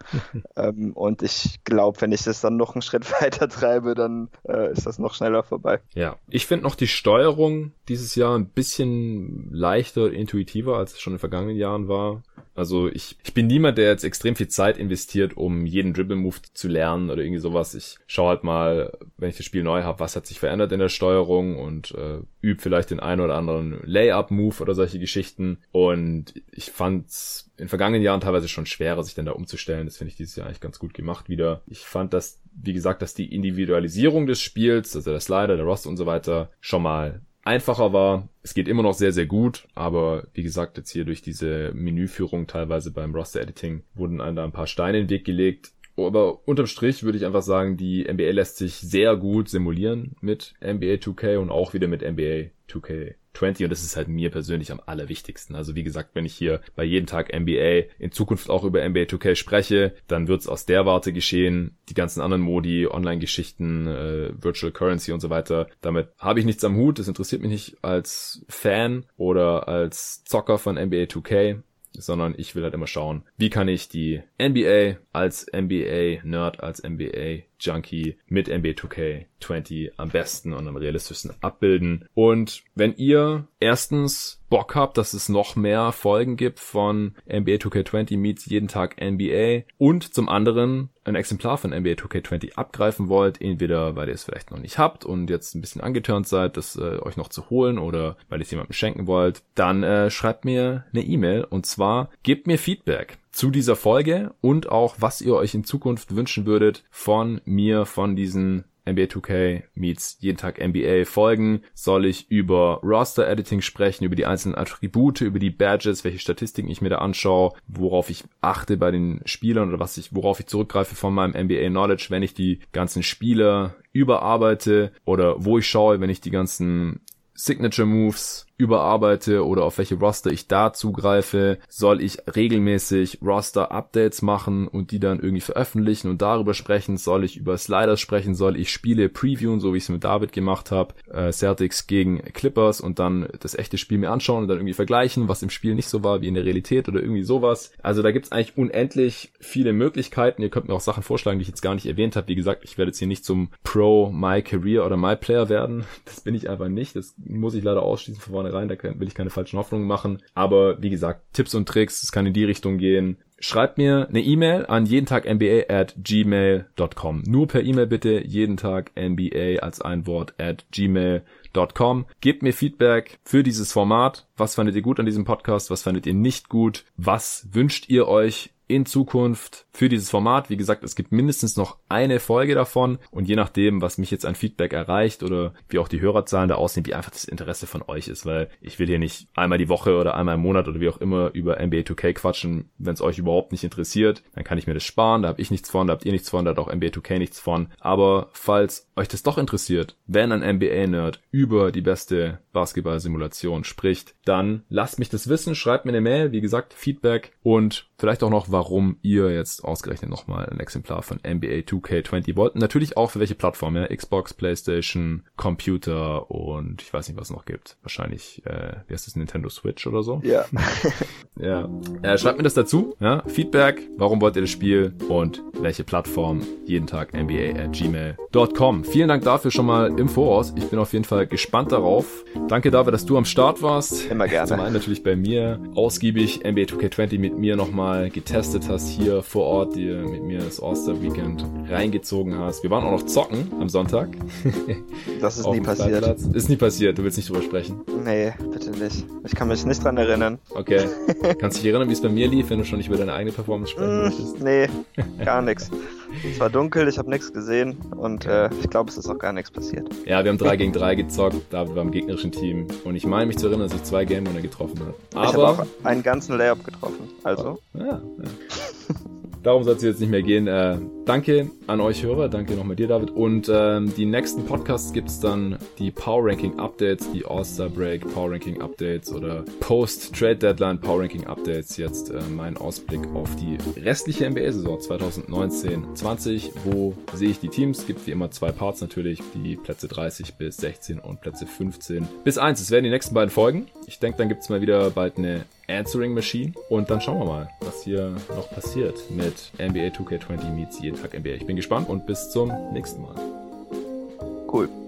Und ich glaube, wenn ich das dann noch einen Schritt weiter treibe, dann ist das noch schneller vorbei. Ja, ich finde noch die Steuerung dieses Jahr ein bisschen leichter, intuitiver, als es schon in den vergangenen Jahren war. Also ich bin niemand, der jetzt extrem viel Zeit investiert, um jeden Dribble-Move zu lernen oder irgendwie sowas. Ich schaue halt mal, wenn ich das Spiel neu habe, was hat sich verändert in der Steuerung und übe vielleicht den einen oder anderen Layup-Move oder solche Geschichten. Und ich fand's in vergangenen Jahren teilweise schon schwerer, sich dann da umzustellen. Das finde ich dieses Jahr eigentlich ganz gut gemacht wieder. Ich fand, dass, wie gesagt, dass die Individualisierung des Spiels, also der Slider, der Roster und so weiter, schon mal einfacher war. Es geht immer noch sehr, sehr gut, aber wie gesagt, jetzt hier durch diese Menüführung teilweise beim Roster-Editing wurden einem da ein paar Steine in den Weg gelegt. Aber unterm Strich würde ich einfach sagen, die NBA lässt sich sehr gut simulieren mit NBA 2K und auch wieder mit NBA 2K20 und das ist halt mir persönlich am allerwichtigsten. Also wie gesagt, wenn ich hier bei jeden Tag NBA in Zukunft auch über NBA 2K spreche, dann wird es aus der Warte geschehen. Die ganzen anderen Modi, Online-Geschichten, Virtual Currency und so weiter, damit habe ich nichts am Hut. Das interessiert mich nicht als Fan oder als Zocker von NBA 2K. Sondern ich will halt immer schauen, wie kann ich die NBA als NBA-Nerd, als NBA-Junkie mit NBA 2K20 am besten und am realistischsten abbilden. Und wenn ihr erstens Bock habt, dass es noch mehr Folgen gibt von NBA 2K20 meets jeden Tag NBA und zum anderen ein Exemplar von NBA 2K20 abgreifen wollt, entweder weil ihr es vielleicht noch nicht habt und jetzt ein bisschen angetörnt seid, das euch noch zu holen oder weil ihr es jemandem schenken wollt, dann schreibt mir eine E-Mail und zwar gebt mir Feedback zu dieser Folge und auch, was ihr euch in Zukunft wünschen würdet von mir, von diesen NBA 2K meets jeden Tag NBA Folgen. Soll ich über Roster Editing sprechen, über die einzelnen Attribute, über die Badges, welche Statistiken ich mir da anschaue, worauf ich achte bei den Spielern oder worauf ich zurückgreife von meinem NBA Knowledge, wenn ich die ganzen Spieler überarbeite oder wo ich schaue, wenn ich die ganzen Signature Moves überarbeite oder auf welche Roster ich da zugreife, soll ich regelmäßig Roster-Updates machen und die dann irgendwie veröffentlichen und darüber sprechen, soll ich über Sliders sprechen, soll ich Spiele previewen, so wie ich es mit David gemacht habe, Celtics gegen Clippers und dann das echte Spiel mir anschauen und dann irgendwie vergleichen, was im Spiel nicht so war wie in der Realität oder irgendwie sowas. Also da gibt's eigentlich unendlich viele Möglichkeiten. Ihr könnt mir auch Sachen vorschlagen, die ich jetzt gar nicht erwähnt habe. Wie gesagt, ich werde jetzt hier nicht zum Pro, My Career oder My Player werden. Das bin ich einfach nicht. Das muss ich leider ausschließen von vornherein. Da will ich keine falschen Hoffnungen machen. Aber wie gesagt, Tipps und Tricks, es kann in die Richtung gehen. Schreibt mir eine E-Mail an jedentagNBA@gmail.com. Nur per E-Mail bitte, jedentagNBA als ein Wort @gmail.com. Gebt mir Feedback für dieses Format. Was fandet ihr gut an diesem Podcast? Was fandet ihr nicht gut? Was wünscht ihr euch in Zukunft für dieses Format? Wie gesagt, es gibt mindestens noch eine Folge davon und je nachdem, was mich jetzt an Feedback erreicht oder wie auch die Hörerzahlen da aussehen, wie einfach das Interesse von euch ist, weil ich will hier nicht einmal die Woche oder einmal im Monat oder wie auch immer über NBA 2K quatschen. Wenn es euch überhaupt nicht interessiert, dann kann ich mir das sparen, da habe ich nichts von, da habt ihr nichts von, da hat auch NBA 2K nichts von. Aber falls euch das doch interessiert, wenn ein NBA-Nerd über die beste Basketball-Simulation spricht, dann lasst mich das wissen, schreibt mir eine Mail, wie gesagt, Feedback und vielleicht auch noch, warum ihr jetzt ausgerechnet nochmal ein Exemplar von NBA 2K20 wollt. Und natürlich auch für welche Plattform, ja, Xbox, Playstation, Computer und ich weiß nicht, was es noch gibt. Wahrscheinlich, wie heißt das, Nintendo Switch oder so? Ja. Ja. Schreibt mir das dazu, ja, Feedback, warum wollt ihr das Spiel und welche Plattform, jeden Tag NBA@gmail.com. Vielen Dank dafür schon mal im Voraus. Ich bin auf jeden Fall gespannt darauf. Danke David, dass du am Start warst. Immer gerne. Zum einen natürlich bei mir ausgiebig NBA 2K20 mit mir nochmal getestet hast hier vor Ort, dir mit mir das All-Star Weekend reingezogen hast. Wir waren auch noch zocken am Sonntag. Das ist nie passiert. Ist nie passiert, du willst nicht drüber sprechen? Nee, bitte nicht. Ich kann mich nicht dran erinnern. Okay. Kannst du dich erinnern, wie es bei mir lief, wenn du schon nicht über deine eigene Performance sprechen möchtest? Nee, gar nichts. Es war dunkel, ich habe nichts gesehen und ich glaube, es ist auch gar nichts passiert. Ja, wir haben 3 gegen 3 gezockt, David war im gegnerischen Team und ich meine mich zu erinnern, dass ich 2 Game Winner getroffen habe. Ich habe auch einen ganzen Layup getroffen, also. Ja. darum soll es jetzt nicht mehr gehen. Danke an euch Hörer, danke nochmal dir, David. Und die nächsten Podcasts gibt's dann die Power Ranking Updates, die All-Star Break Power Ranking Updates oder Post-Trade Deadline Power Ranking Updates. Jetzt mein Ausblick auf die restliche NBA-Saison 2019-20. Wo sehe ich die Teams? Gibt wie immer 2 Parts natürlich, die Plätze 30 bis 16 und Plätze 15 bis 1. Das werden die nächsten beiden Folgen. Ich denke, dann gibt's mal wieder bald eine Answering Machine und dann schauen wir mal, was hier noch passiert mit NBA 2K20 meets jeden Tag NBA. Ich bin gespannt und bis zum nächsten Mal. Cool.